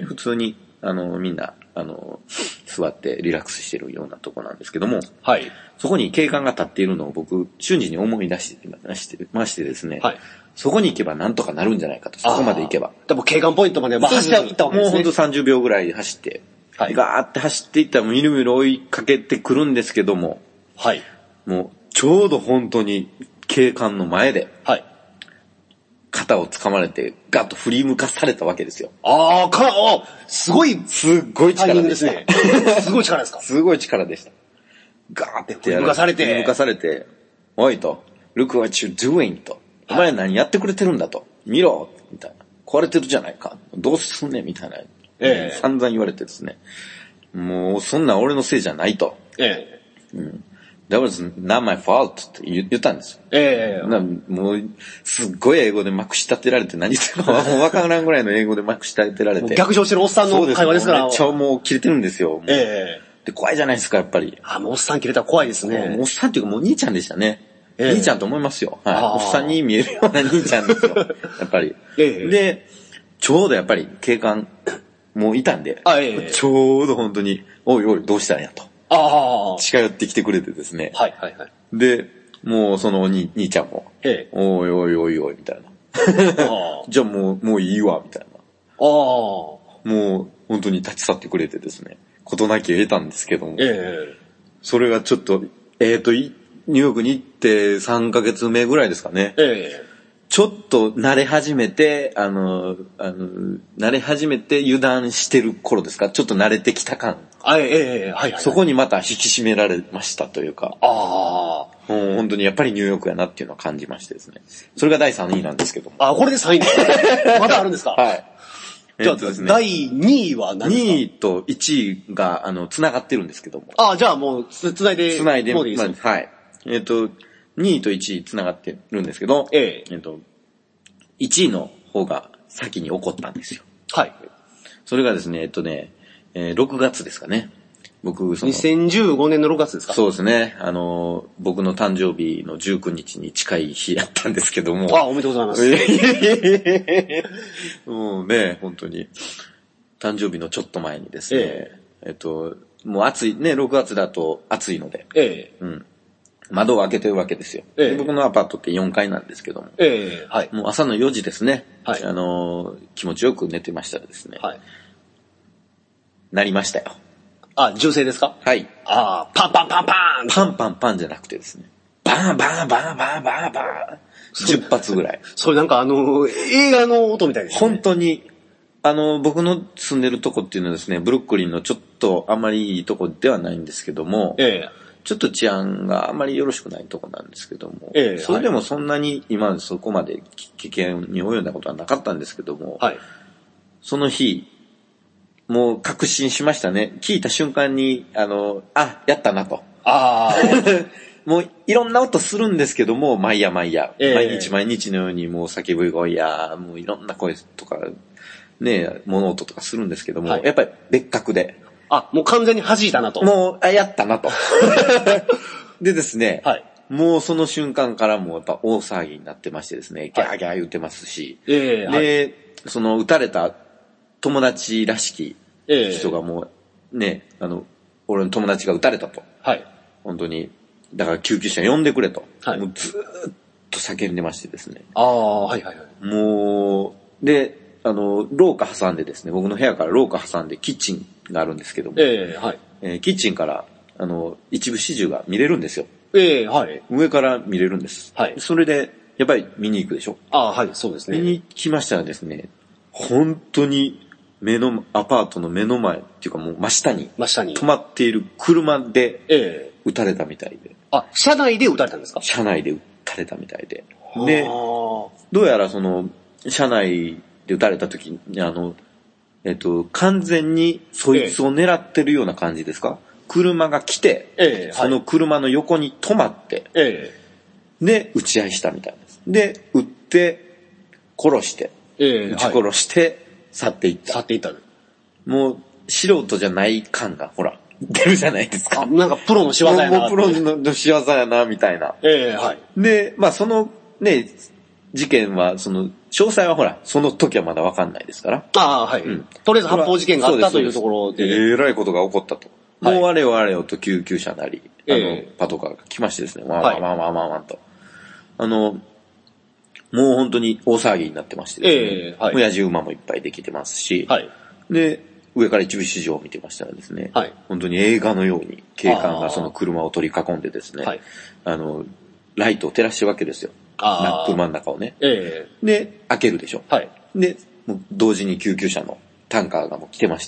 普通に、みんな、座ってリラックスしてるようなとこなんですけども、そこに警官が立っているのを僕、瞬時に思い出してましてですね、そこに行けばなんとかなるんじゃないかと、そこまで行けば。 でも警官ポイントまで走っていったわけですね。 もうほんと30秒ぐらい走って、ガーって走っていったらみるみる追いかけてくるんですけども、もうちょうど本当に警官の前で、肩を掴まれてガッと振り向かされたわけですよ。 すごい力ですね。 すごい力ですか？ すごい力でした。ガーって振り向かされて。 振り向かされて、おいと、look what you're doing と。お前何やってくれてるんだと。見ろみたいな。壊れてるじゃないか。どうすんねんみたいな。散々言われてですね。もうそんなん俺のせいじゃないと。That was not my fault って言ったんですよ。もう、すっごい英語でまくし立てられて何言ってるかもうわからんぐらいの英語でまくし立てられて。 逆上してるおっさんの会話ですから。 めっちゃもう切れてるんですよ。で、怖いじゃないですか、やっぱり。 もうおっさん切れたら怖いですね。 おっさんっていうかもう兄ちゃんでしたね。兄ちゃんと思いますよ。おっさんに見えるような兄ちゃんですよ。やっぱり。で、ちょうどやっぱり警官もういたんで、ちょうど本当に、おいおいどうしたんやと。近寄ってきてくれてですね。で、もうその兄ちゃんも、おいおいおいおいみたいな。じゃあもういいわみたいな。もう本当に立ち去ってくれてですね。事なきを得たんですけども。それがちょっと、ニューヨークに行って3ヶ月目ぐらいですかね。ちょっと慣れ始めて、慣れ始めて油断してる頃ですか？ちょっと慣れてきた感。そこにまた引き締められましたというか。もう本当にやっぱりニューヨークやなっていうのを感じましてですね。それが第3位なんですけども。 これで3位ですか？まだあるんですか？じゃあ、第2位は何ですか？ 2 位と1位が、繋がってるんですけども。 じゃあもう、繋いで。もういいですか？ 2位と1位繋がってるんですけど、1位の方が先に起こったんですよ。それがですね、6月ですかね。僕、 2015年の6月ですか？ そうですね。僕の誕生日の19日に近い日やったんですけども。 おめでとうございます。 もうね、本当に。誕生日のちょっと前にですね。もう暑い、ね、6月だと暑いので。 窓を開けてるわけですよ。で僕のアパートって4階なんですけども。 はい。 もう朝の4時ですね。 はい。 気持ちよく寝てましたらですね。 はい。 なりましたよ。 あ、銃声ですか？ はい。 パンパンパンパンパンパンパンじゃなくてですね。バンバンバンバンバンバン。10発ぐらい。 それなんか映画の音みたいですね。 本当に、僕の住んでるとこっていうのはですね、ブルックリンのちょっとあんまりいいとこではないんですけども、ちょっと治安があんまりよろしくないとこなんですけども、それでもそんなに今までそこまで危険に及んだことはなかったんですけども、はい、その日、もう確信しましたね。聞いた瞬間に、やったなと。もういろんな音するんですけども、毎夜、毎日のようにもう叫び声や、もういろんな声とか、ね、物音とかするんですけども、やっぱり別格で。 もう完全に弾いたなと。 もう、やったなと。でですね、もうその瞬間からもうやっぱ大騒ぎになってましてですね、ギャーギャー言ってますし、で、その撃たれた友達らしき人がもうね、俺の友達が撃たれたと。本当に。だから救急車呼んでくれと。もうずーっと叫んでましてですね。もう、で、廊下挟んでですね、僕の部屋から廊下挟んでキッチンがあるんですけども、キッチンから一部始終が見れるんですよ。上から見れるんです。それで、やっぱり見に行くでしょ。 そうですね。 見に行きましたらですね、本当にアパートの目の前っていうかもう真下に止まっている車で撃たれたみたいで。 車内で撃たれたんですか？ 車内で撃たれたみたいで。で、どうやらその、車内で撃たれた時に、完全にそいつを狙ってるような感じですか？車が来て、その車の横に止まって、で、撃ち合いしたみたいです。で、撃って、殺して、撃ち殺して、去っていった。もう、素人じゃない感が、ほら、出るじゃないですか。 なんかプロの仕業やな。 もうプロの仕業やな、みたいな。で、まあそのね、事件は、その、詳細はほら、その時はまだわかんないですから。とりあえず発砲事件があったというところで。 えらいことが起こったと。もう我々と救急車なり、パトカーが来ましてですね、ワンと。もう本当に大騒ぎになってましてですね、親父馬もいっぱいできてますし、で、上から一部始終を見てましたらですね、本当に映画のように警官がその車を取り囲んでですね、ライトを照らしてるわけですよ。車の中をね。で、開けるでしょ。で、もう同時に救急車のタンカーがもう来てまして、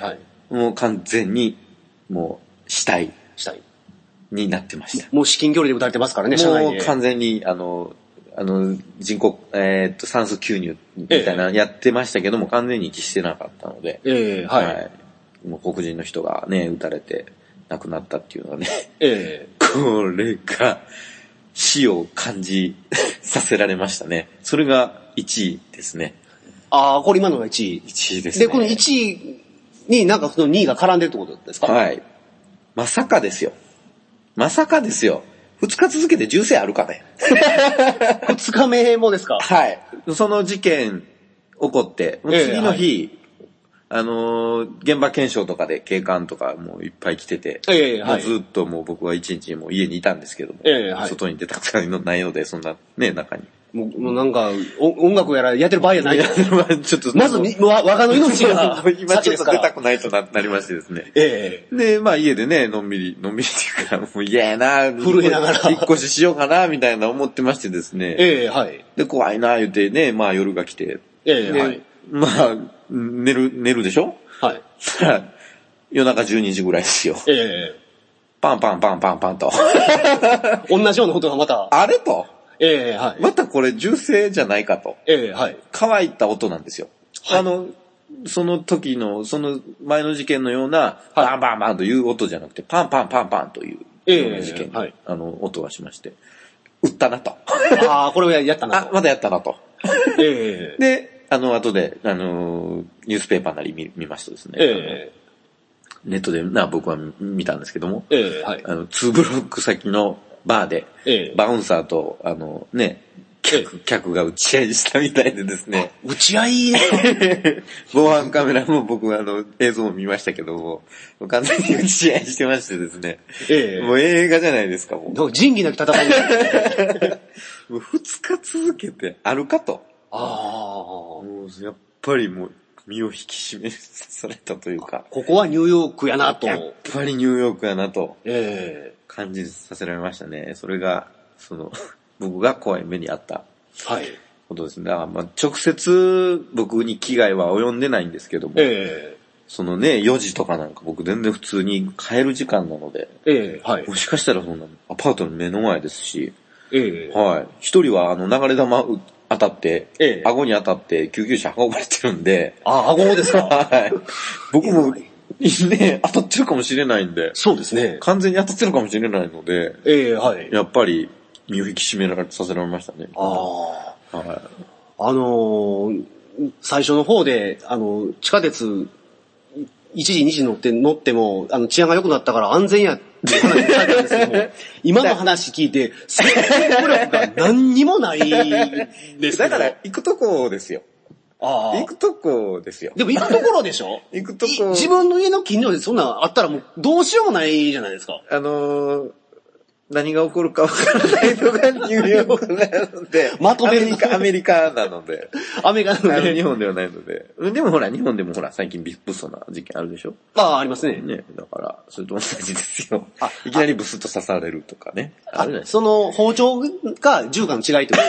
もう完全に、もう死体になってました。 もう至近距離で撃たれてますからね、車内で。 もう完全に、人工、酸素吸入みたいなやってましたけども、完全に息してなかったので、もう黒人の人がね、撃たれて亡くなったっていうのがね、これが死を感じさせられましたね。それが1位ですね。 これ今のが1位。 1位ですね。 で、この1位になんかその2位が絡んでるってことですか？ まさかですよ。2日続けて銃声あるかね。 2日目もですか？ その事件起こって、次の日、現場検証とかで警官とかもういっぱい来てて、もうずっともう僕は一日もう家にいたんですけども、外に出たくないので、そんなね、中に。 もうなんか、音楽やってる場合じゃないちょっとまず、我がの命が今ちょっと出たくないとなりましてですね。で、まあ家でね、のんびりっていうか、もう嫌やな、 震えながら。 引っ越ししようかな、みたいな思ってましてですね。で、怖いな、言ってね、まあ夜が来て。まあ、寝るでしょ？夜中12時ぐらいですよ。パンパンパンパンパンと。 同じようなことがまた。 あれと。またこれ銃声じゃないかと。乾いた音なんですよ。その時の、その前の事件のような、バンバンバンという音じゃなくて、パンパンパンパンという事件、音がしまして、撃ったなと。 これをやったなと。 まだやったなと。で、後で、ニュースペーパーなり見ますとですね、ネットで僕は見たんですけども、2ブロック先のバーで、バウンサーと、 客が打ち合いしたみたいでですね。 打ち合いね。 防犯カメラも僕映像も見ましたけども、完全に打ち合いしてましてですね。もう映画じゃないですか、もう。 仁義なき戦い。 もう2日続けてあるかと。 もうやっぱりもう身を引き締めされたというか。 ここはニューヨークやなと。 やっぱりニューヨークやなと。感じさせられましたね。それが、僕が怖い目にあったことですね。直接僕に危害は及んでないんですけども、4時とかなんか僕全然普通に帰る時間なので、もしかしたらそんなアパートの目の前ですし、一人は流れ弾当たって、顎に当たって救急車運ばれてるんで、 顎ですか僕もね、当たってるかもしれないんで、 そうですね。 完全に当たってるかもしれないので、やっぱり、身を引き締めさせられましたね。 最初の方で、地下鉄、1時2時乗っても、治安が良くなったから安全やって話されたんですけども、今の話聞いて、説得力が何にもないですだから、行くとこですよ。行くとこですよ。 でも行くところでしょ行くとこ。 自分の家の近所でそんなんあったらもうどうしようもないじゃないですか。 何が起こるかわからないのがニューヨークなので、 まとめるアメリカなので、 アメリカなので、 日本ではないので、でもほら、日本でもほら、最近物騒な事件あるでしょ？ ありますね。 だから、それと同じですよ。いきなりブスッと刺されるとかね。あるじゃないですか。包丁か銃かの違いってこと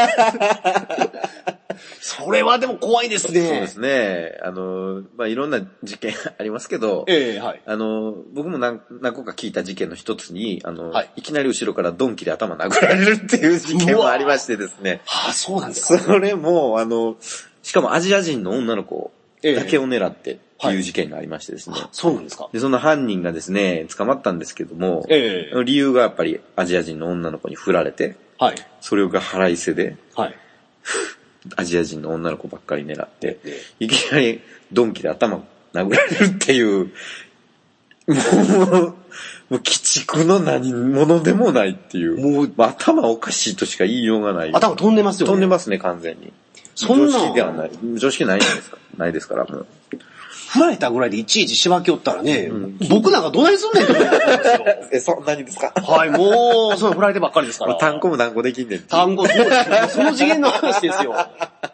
それはでも怖いですね。 そうですね。いろんな事件ありますけど、僕も何個か聞いた事件の一つに、いきなり後ろからドンキで頭殴られるっていう事件もありましてですね。 そうなんですか。 それも、しかもアジア人の女の子だけを狙ってっていう事件がありましてですね。 そうなんですか。 で、その犯人がですね、捕まったんですけども、理由がやっぱりアジア人の女の子に振られて、それが腹いせで、アジア人の女の子ばっかり狙って、いきなりドンキで頭殴られるっていう、もう鬼畜の何者でもないっていう。もう、頭おかしいとしか言いようがない。 頭飛んでますよね。 飛んでますね、完全に。 そんな。 常識ではない。常識ないじゃないですか。ないですから、もう。 振られたぐらいでいちいちしばきおったらね、僕なんかどないすんねんって思うんですよ。そんなにですか？ もう、振られてばっかりですから。 単語も何語できんねん。 単語、そうです。その次元の話ですよ。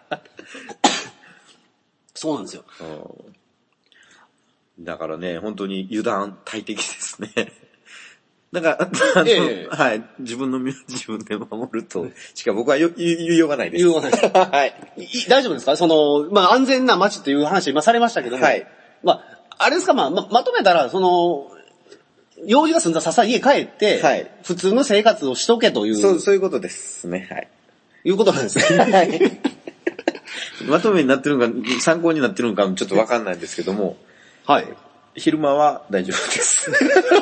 そうなんですよ。 だからね、本当に油断大敵ですね。だから、自分の身を自分で守るとしか僕は言いようがないです。 言いようがないです。大丈夫ですか？安全な街という話今されましたけども。あれですか、まとめたら、用事が済んだささ家帰って、普通の生活をしとけという。 そういうことですね。 いうことなんですね。 まとめになってるのか、参考になってるのかちょっとわかんないんですけども。昼間は大丈夫です。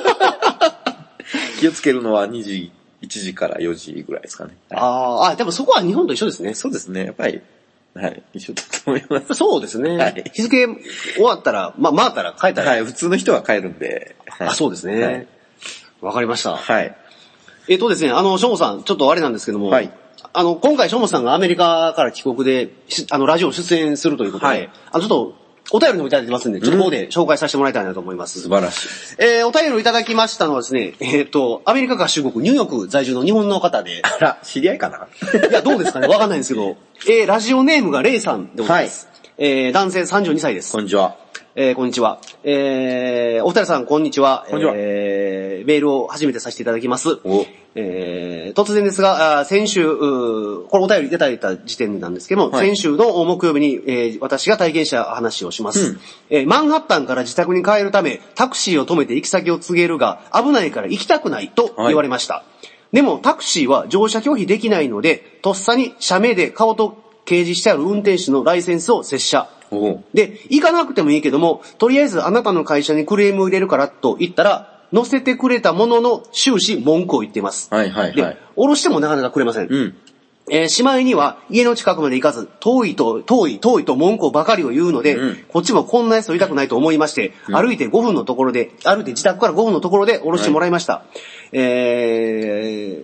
気をつけるのは1時から4時ぐらいですかね。 でもそこは日本と一緒ですね。 そうですね。やっぱり、一緒だと思います。 そうですね。日付終わったら、回ったら帰ったら。 普通の人は帰るんで。 そうですね。わかりました。ですね、しょもさん、ちょっとあれなんですけども、今回しょもさんがアメリカから帰国で、ラジオ出演するということで、ちょっと、お便りもいただいてますんで、ちょっとここで紹介させてもらいたいなと思います。 素晴らしい。 お便りをいただきましたのはですね、アメリカ合衆国ニューヨーク在住の日本の方で。 知り合いかな？ いや、どうですかね？わかんないんですけど、ラジオネームがレイさんでございます。男性32歳です。 こんにちは。 こんにちは。お二人さん、こんにちは。 こんにちは。 メールを初めてさせていただきます。突然ですが、先週、これお便りいただいた時点なんですけども、先週の木曜日に、私が体験した話をします。マンハッタンから自宅に帰るため、タクシーを止めて行き先を告げるが、危ないから行きたくないと言われました。でも、タクシーは乗車拒否できないので、とっさに車名で顔と掲示してある運転手のライセンスを接車。で、行かなくてもいいけども、とりあえずあなたの会社にクレームを入れるからと言ったら、乗せてくれたものの終始文句を言っています。で、降ろしてもなかなかくれません。しまいには家の近くまで行かず、遠いと文句をばかりを言うので、こっちもこんなやつといたくないと思いまして、歩いて自宅から5分のところで降ろしてもらいました。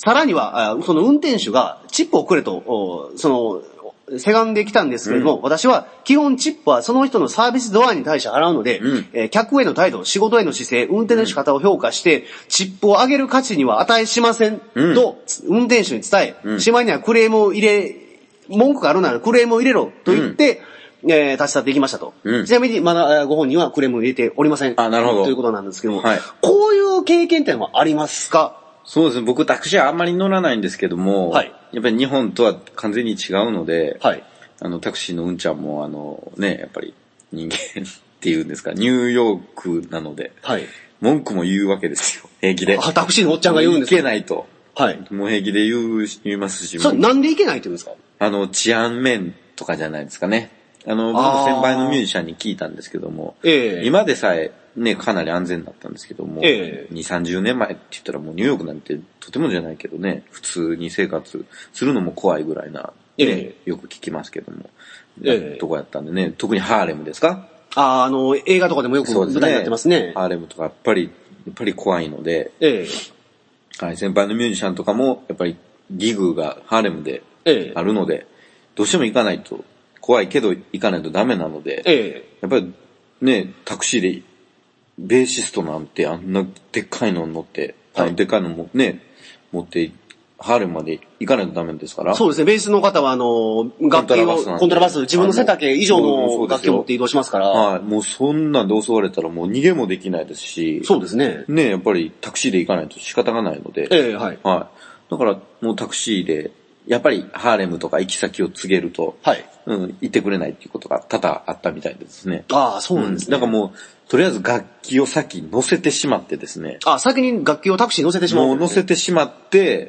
さらには、その運転手がチップをくれと、せがんできたんですけれども、私は基本チップはその人のサービスドアに対して払うので、客への態度、仕事への姿勢、運転の仕方を評価して、チップを上げる価値には値しません、と、運転手に伝え、しまいにはクレームを文句があるならクレームを入れろ、と言って、立ち去っていきましたと。ちなみに、まだご本人はクレームを入れておりません。 なるほど。 ということなんですけども、こういう経験ってのはありますか？ そうですね。僕タクシーはあんまり乗らないんですけども、やっぱり日本とは完全に違うので、タクシーのうんちゃんもやっぱり人間っていうんですか、ニューヨークなので、文句も言うわけですよ。平気で。 タクシーのおっちゃんが言うんですか？ いけないと。もう平気で言いますし。 それなんでいけないって言うんですか？ 治安面とかじゃないですかね。僕の先輩のミュージシャンに聞いたんですけども、今でさえね、かなり安全だったんですけども、2、30年前って言ったらもうニューヨークなんてとてもじゃないけどね、普通に生活するのも怖いぐらいな、よく聞きますけども、とこやったんでね、特にハーレムですか？ 映画とかでもよく舞台になってますね。 ハーレムとかやっぱり怖いので、先輩のミュージシャンとかも、やっぱりギグがハーレムであるので、どうしても行かないと、怖いけど行かないとダメなので、やっぱりね、タクシーで、ベーシストなんてあんなでっかいの乗って、でっかいのもね、持って、ハーレムまで行かないとダメですから。 そうですね、ベースの方は楽器を、コントラバス、自分の背丈以上の楽器を持って移動しますから。 もうそんなんで襲われたらもう逃げもできないですし。 そうですね。 ね、やっぱりタクシーで行かないと仕方がないので。だからもうタクシーで、やっぱりハーレムとか行き先を告げると、行ってくれないっていうことが多々あったみたいですね。 そうなんですね。 だからもう、とりあえず楽器を先乗せてしまってですね。 先に楽器をタクシーに乗せてしまう。 もう乗せてしまって、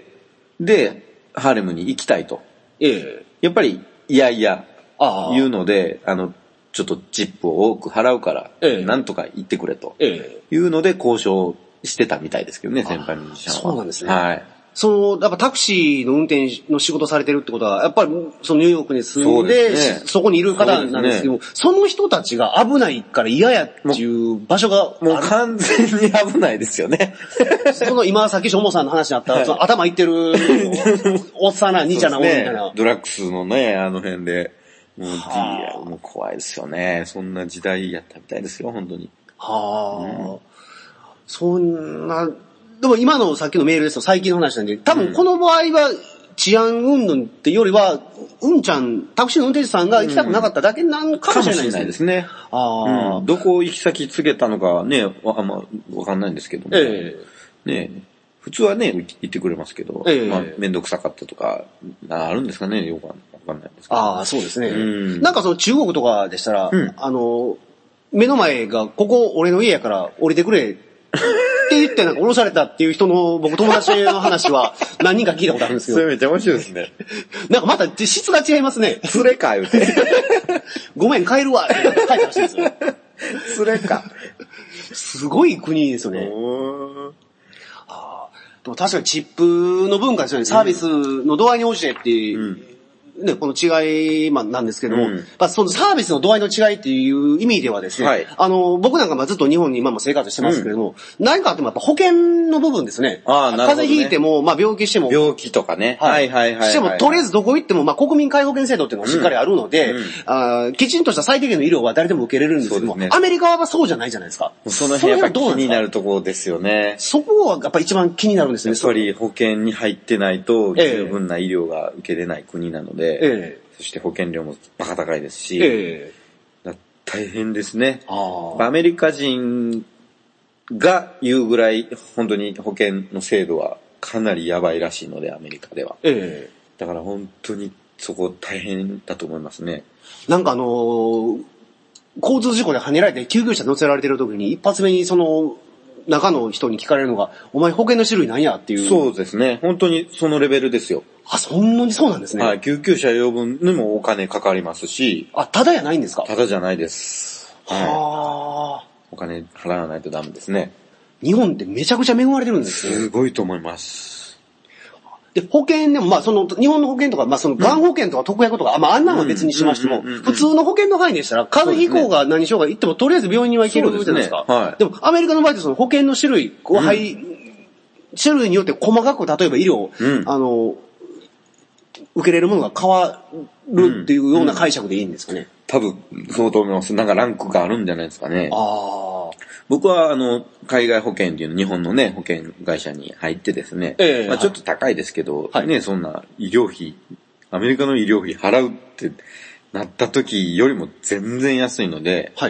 で、ハーレムに行きたいと。やっぱり、いやいや、言うので、ちょっとチップを多く払うから、なんとか行ってくれと。いうので交渉してたみたいですけどね、先輩のミュージシャンは。 そうなんですね。やっぱタクシーの運転の仕事されてるってことは、やっぱりニューヨークに住んで、そこにいる方なんですけど、その人たちが危ないから嫌やっていう場所がもう完全に危ないですよね。 今さっきしょもさんの話にあった、頭いってるおっさんな、兄ちゃんな、みたいな。 ドラッグスのね、辺で、もう怖いですよね。そんな時代やったみたいですよ、本当に。 そんな、でも今のさっきのメールですと最近の話なんで、多分この場合は治安云々ってよりは、タクシーの運転手さんが行きたくなかっただけなんかもしれないですね。 どこ行き先告げたのかね、あんまわかんないんですけども。ね、普通はね、行ってくれますけど、めんどくさかったとか、あるんですかね、よくわかんないんですけど。 そうですね。なんか中国とかでしたら、目の前が、ここ俺の家やから降りてくれ、って言ってなんか降ろされたっていう人の僕友達の話は何人か聞いたことあるんですけど。 それめっちゃ面白いですね。 なんかまた質が違いますね。 それか言うて。 ごめん帰るわって書いてらっしゃるんですよ。 それか。 すごい国ですよね。でも確かにチップの文化ですよね。サービスの度合いに応じてってね、この違いなんですけども、そのサービスの度合いの違いっていう意味ではですね、僕なんかずっと日本に今も生活してますけれども、何かあってもやっぱ保険の部分ですね。風邪ひいても、病気しても。 病気とかね。 しても、とりあえずどこ行っても、国民皆保険制度っていうのがしっかりあるので、きちんとした最低限の医療は誰でも受けれるんですけども、アメリカはそうじゃないじゃないですか。 その辺やっぱ気になるところですよね。 そこはやっぱ一番気になるんですね。 やっぱり保険に入ってないと十分な医療が受けれない国なので、そして保険料もバカ高いですし、大変ですね。アメリカ人が言うぐらい本当に保険の制度はかなりやばいらしいので、アメリカでは。だから本当にそこ大変だと思いますね。 なんか交通事故で跳ねられて救急車乗せられてる時に一発目に中の人に聞かれるのが、お前保険の種類何やっていう。 そうですね。本当にそのレベルですよ。 そんなにそうなんですね。 救急車呼ぶにもお金かかりますし。 ただじゃないんですか？ ただじゃないです。お金払わないとダメですね。 日本ってめちゃくちゃ恵まれてるんですね。 すごいと思います。 で、保険でも、日本の保険とか、がん保険とか特約とか、あんなのは別にしましても、普通の保険の範囲でしたら、風邪ひこうが何しようが行っても、とりあえず病院には行けるじゃないですか。でも、アメリカの場合って保険の種類を種類によって細かく、例えば医療、受けれるものが変わるっていうような解釈でいいんですかね。 多分、そうと思います。なんかランクがあるんじゃないですかね。僕は、海外保険っていうの、日本のね、保険会社に入ってですね。まあちょっと高いですけど、ね、そんな医療費、アメリカの医療費払うってなった時よりも全然安いので、はい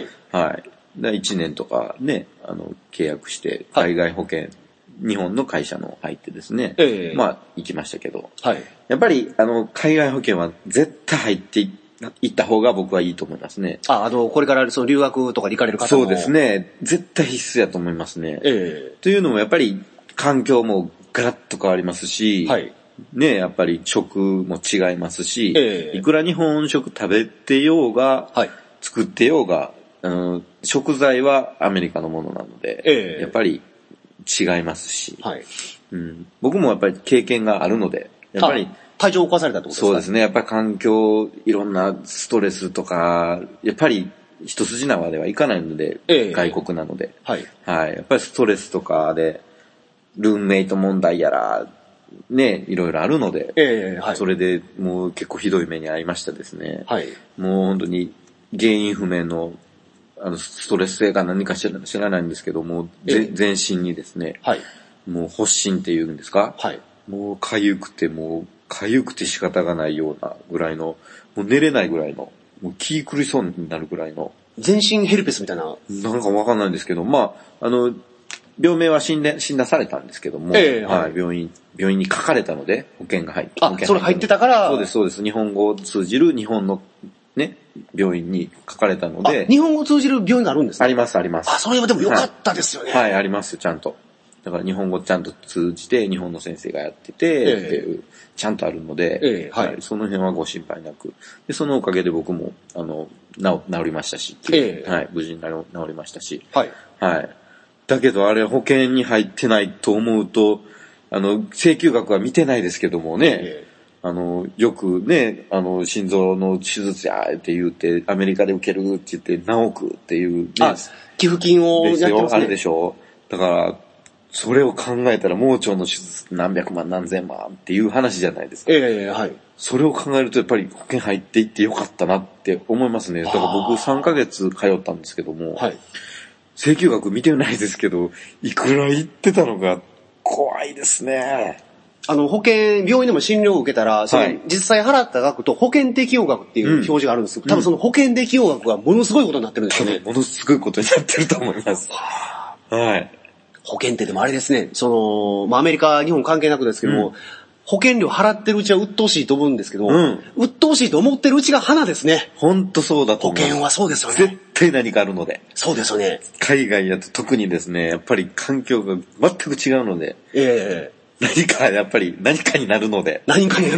。1年とかね、契約して、海外保険、日本の会社の入ってですね。まあ、行きましたけど。やっぱり、海外保険は絶対入っていった方が僕はいいと思いますね。 これからその留学とかに行かれる方も。 そうですね。絶対必須やと思いますね。というのもやっぱり、環境もガラッと変わりますし、ね、やっぱり食も違いますし、いくら日本食食べてようが、作ってようが、食材はアメリカのものなので、やっぱり違いますし、僕もやっぱり経験があるので、やっぱり体調を壊されたってことですか？そうですね。やっぱり環境、いろんなストレスとか、やっぱり一筋縄ではいかないので、外国なので、やっぱりストレスとかで、ルームメイト問題やら、ね、いろいろあるので、それでもう結構ひどい目に遭いましたですね。もう本当に原因不明のストレス性が何か知らないんですけども、全身にですね、もう発疹っていうんですか、もう痒くて仕方がないようなぐらいの、もう寝れないぐらいの、もう気狂いそうになるぐらいの。 全身ヘルペスみたいな。 なんかわかんないんですけど、まあ、病名は診断されたんですけども、病院に書かれたので、保険が入って。 それ入ってたから。 そうです。日本語を通じる日本のね、病院に書かれたので。 日本語を通じる病院があるんですか？ あります。 それはでも良かったですよね。 あります、ちゃんと。だから日本語ちゃんと通じて、日本の先生がやってて、ちゃんとあるので、その辺はご心配なく。で、そのおかげで僕も、治りましたし、無事に治りましたし。だけどあれ保険に入ってないと思うと、請求額は見てないですけどもね、よくね、心臓の手術やって言って、アメリカで受けるって言って何億っていう、ね、 寄付金をやってますね。 あれでしょ。だから、それを考えたら盲腸の手術何百万何千万っていう話じゃないですか。それを考えるとやっぱり保険入っていってよかったなって思いますね。だから僕3ヶ月通ったんですけども、請求額見てないですけど、いくら言ってたのが怖いですね。 保険、病院でも診療を受けたら、実際払った額と保険適用額っていう表示があるんですけど、多分その保険適用額がものすごいことになってるんですよね。 ものすごいことになってると思います。 保険ってでもあれですね、アメリカ、日本関係なくですけども、保険料払ってるうちは鬱陶しいと思うんですけど、鬱陶しいと思ってるうちが花ですね。 ほんとそうだと思う。 保険はそうですよね。 絶対何かあるので。 そうですよね。 海外だと特にですね、やっぱり環境が全く違うので。何かになるので。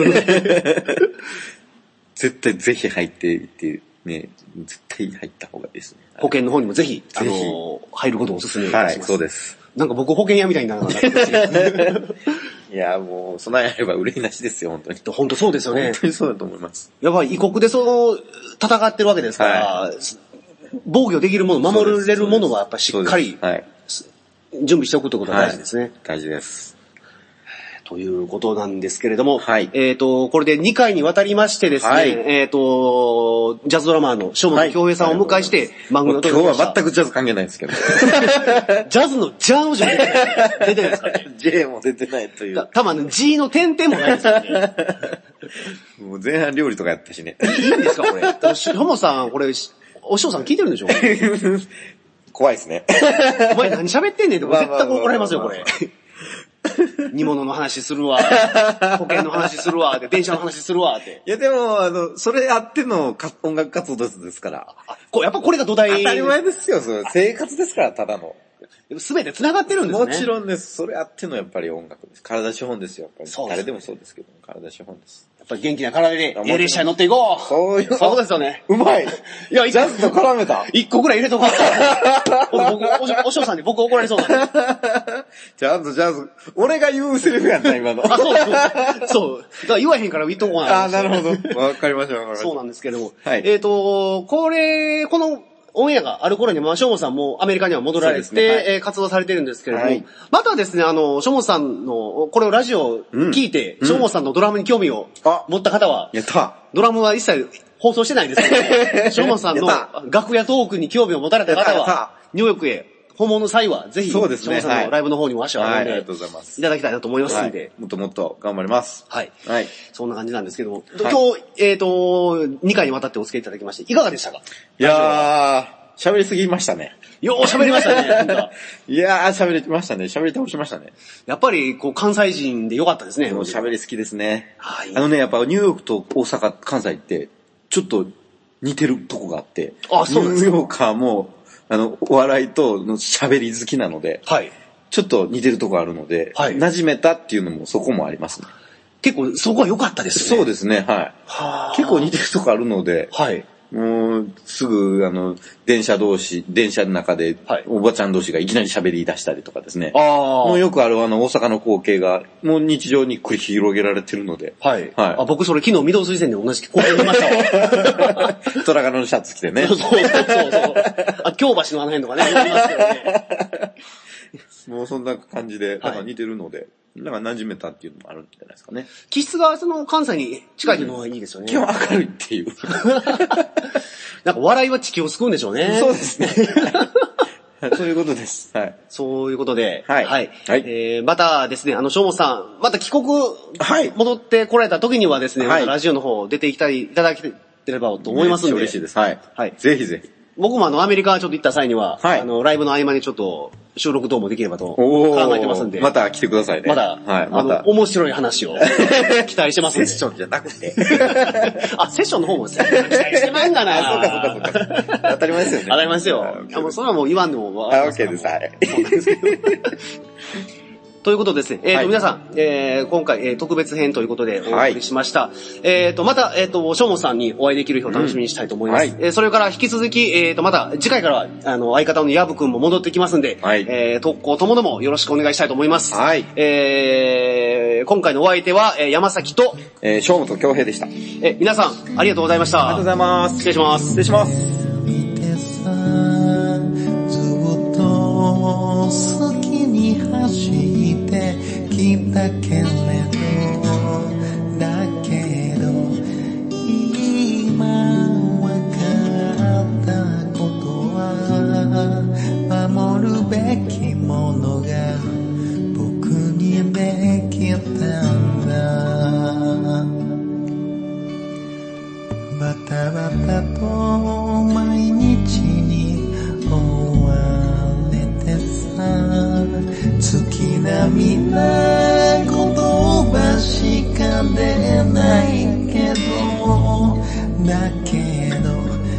絶対ぜひ入っていってね、絶対入った方がいいですね。 保険の方にもぜひ、入ることをお勧めいたします。 そうです。 なんか僕保険屋みたいになるのかな。 いや、もう、備えあれば憂いなしですよ、本当に。 本当そうですよね。 本当にそうだと思います。 やっぱり異国で戦ってるわけですから、防御できるもの、守れるものはやっぱりしっかり、準備しておくということが大事ですね。 大事です。 ということなんですけれども、これで2回にわたりましてですね、ジャズドラマーの正本京平さんをお迎えして、 番組を撮りました。今日は全くジャズ関係ないですけど。 ジャズのジャーの字も出てないですかね。 J も出てないという。 多分G の点々もないですよね。 もう前半料理とかやったしね。 いいんですか、これ。しほもさん、これ、お師匠さん聞いてるんでしょ怖いですね。 お前何喋ってんねんって絶対怒られますよ、これ。煮物の話するわ、保険の話するわ、電車の話するわって。 いやでも、それあっての音楽活動ですから。 やっぱこれが土台。 当たり前ですよ、生活ですから、ただの。 すべて繋がってるんですね。 もちろんです。それあってのやっぱり音楽です。体資本ですよ、やっぱり。誰でもそうですけど、体資本です。 やっぱり元気な体で、列車に乗っていこう。そういうことですよね。 うまい。いや、ジャズと絡めた。 1個ぐらい入れとこう。お師匠さんに僕怒られそうなんで。 ちゃんとジャズ、俺が言うセリフやった今の。 そう。だから言わへんから言っとこうな。 なるほど。わかりました。 そうなんですけども。このオンエアがある頃には、しょうもさんもアメリカには戻られて、活動されてるんですけれども、またですね、しょうもさんの、これをラジオを聞いて、しょうもさんのドラムに興味を持った方は、ドラムは一切放送してないんですけど、しょうもさんの楽屋トークに興味を持たれた方は、ニューヨークへ、訪問の際は、ぜひ、しょうもさんのライブの方にも足を運んで、いただきたいなと思いますので。 もっともっと頑張ります。 はい。そんな感じなんですけども、今日、2回にわたってお付き合いいただきまして、いかがでしたか？ いやー、喋りすぎましたね。 よー喋りましたね、なんか。 いやー、喋りましたね。喋り倒しましたね。 やっぱり、関西人でよかったですね。 もう喋り好きですね。はい。やっぱニューヨークと大阪、関西って、ちょっと似てるとこがあって、 そうです。 ニューヨーカーも、お笑いとの喋り好きなので、ちょっと似てるとこあるので、馴染めたっていうのもそこもありますね。 結構そこは良かったですね。 そうですね、はい。結構似てるとこあるので、もう、すぐ、電車の中で、おばちゃん同士がいきなり喋り出したりとかですね。もうよくある大阪の光景が、もう日常に繰り広げられてるので。 僕それ昨日御堂筋線で同じ光景見ましたわ。 虎柄のシャツ着てね。 そう。京橋のあの辺とかね、見ますけどね。 もうそんな感じで、似てるので。だから馴染めたっていうのもあるんじゃないですかね。 気質が関西に近いのがいいですよね。 基本明るいっていう。 なんか笑いは地球を救うんでしょうね。 そうですね。そういうことです。はい。 そういうことで、またですね、しょうもさん、また帰国、戻ってこられた時にはですね、またラジオの方出ていただければと思いますので。 嬉しいです。はい。ぜひぜひ。 僕もアメリカちょっと行った際には、ライブの合間にちょっと収録等もできればと考えてますんで。 また来てくださいね。 また面白い話を期待してますんで。 セッションじゃなくて。 セッションの方も期待してまんがな。 そうか。当たり前ですよね。 当たり前ですよ。それはもう言わんでもわかります。OK です。はい。 ということですね。皆さん、今回、特別編ということでお送りしました。また、しょうもさんにお会いできる日を楽しみにしたいと思います。それから引き続き、また次回からは、相方のヤブくんも戻ってきますんで、特攻ともどもよろしくお願いしたいと思います。今回のお相手は、山崎と、 正本恭平でした。 皆さん、ありがとうございました。 ありがとうございます。 失礼します。 失礼します。 走ってきたけれどだけど今わかったことは守るべきものが僕にできたんだバタバタと毎日に追われてさ月並みな言葉しか出ないけどだけど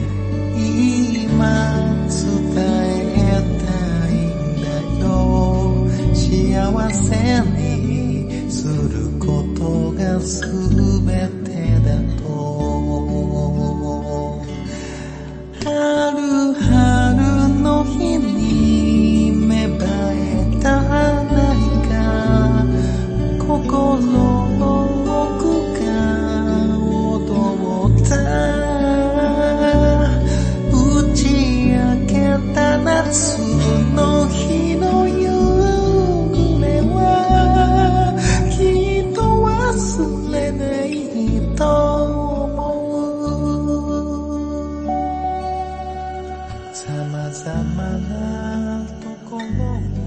今伝えたいんだよ幸せにすることが全てだと春の日に芽生えた何か心の奥が踊った打ち明けた夏の日の夕暮れはきっと忘れないと様々なところ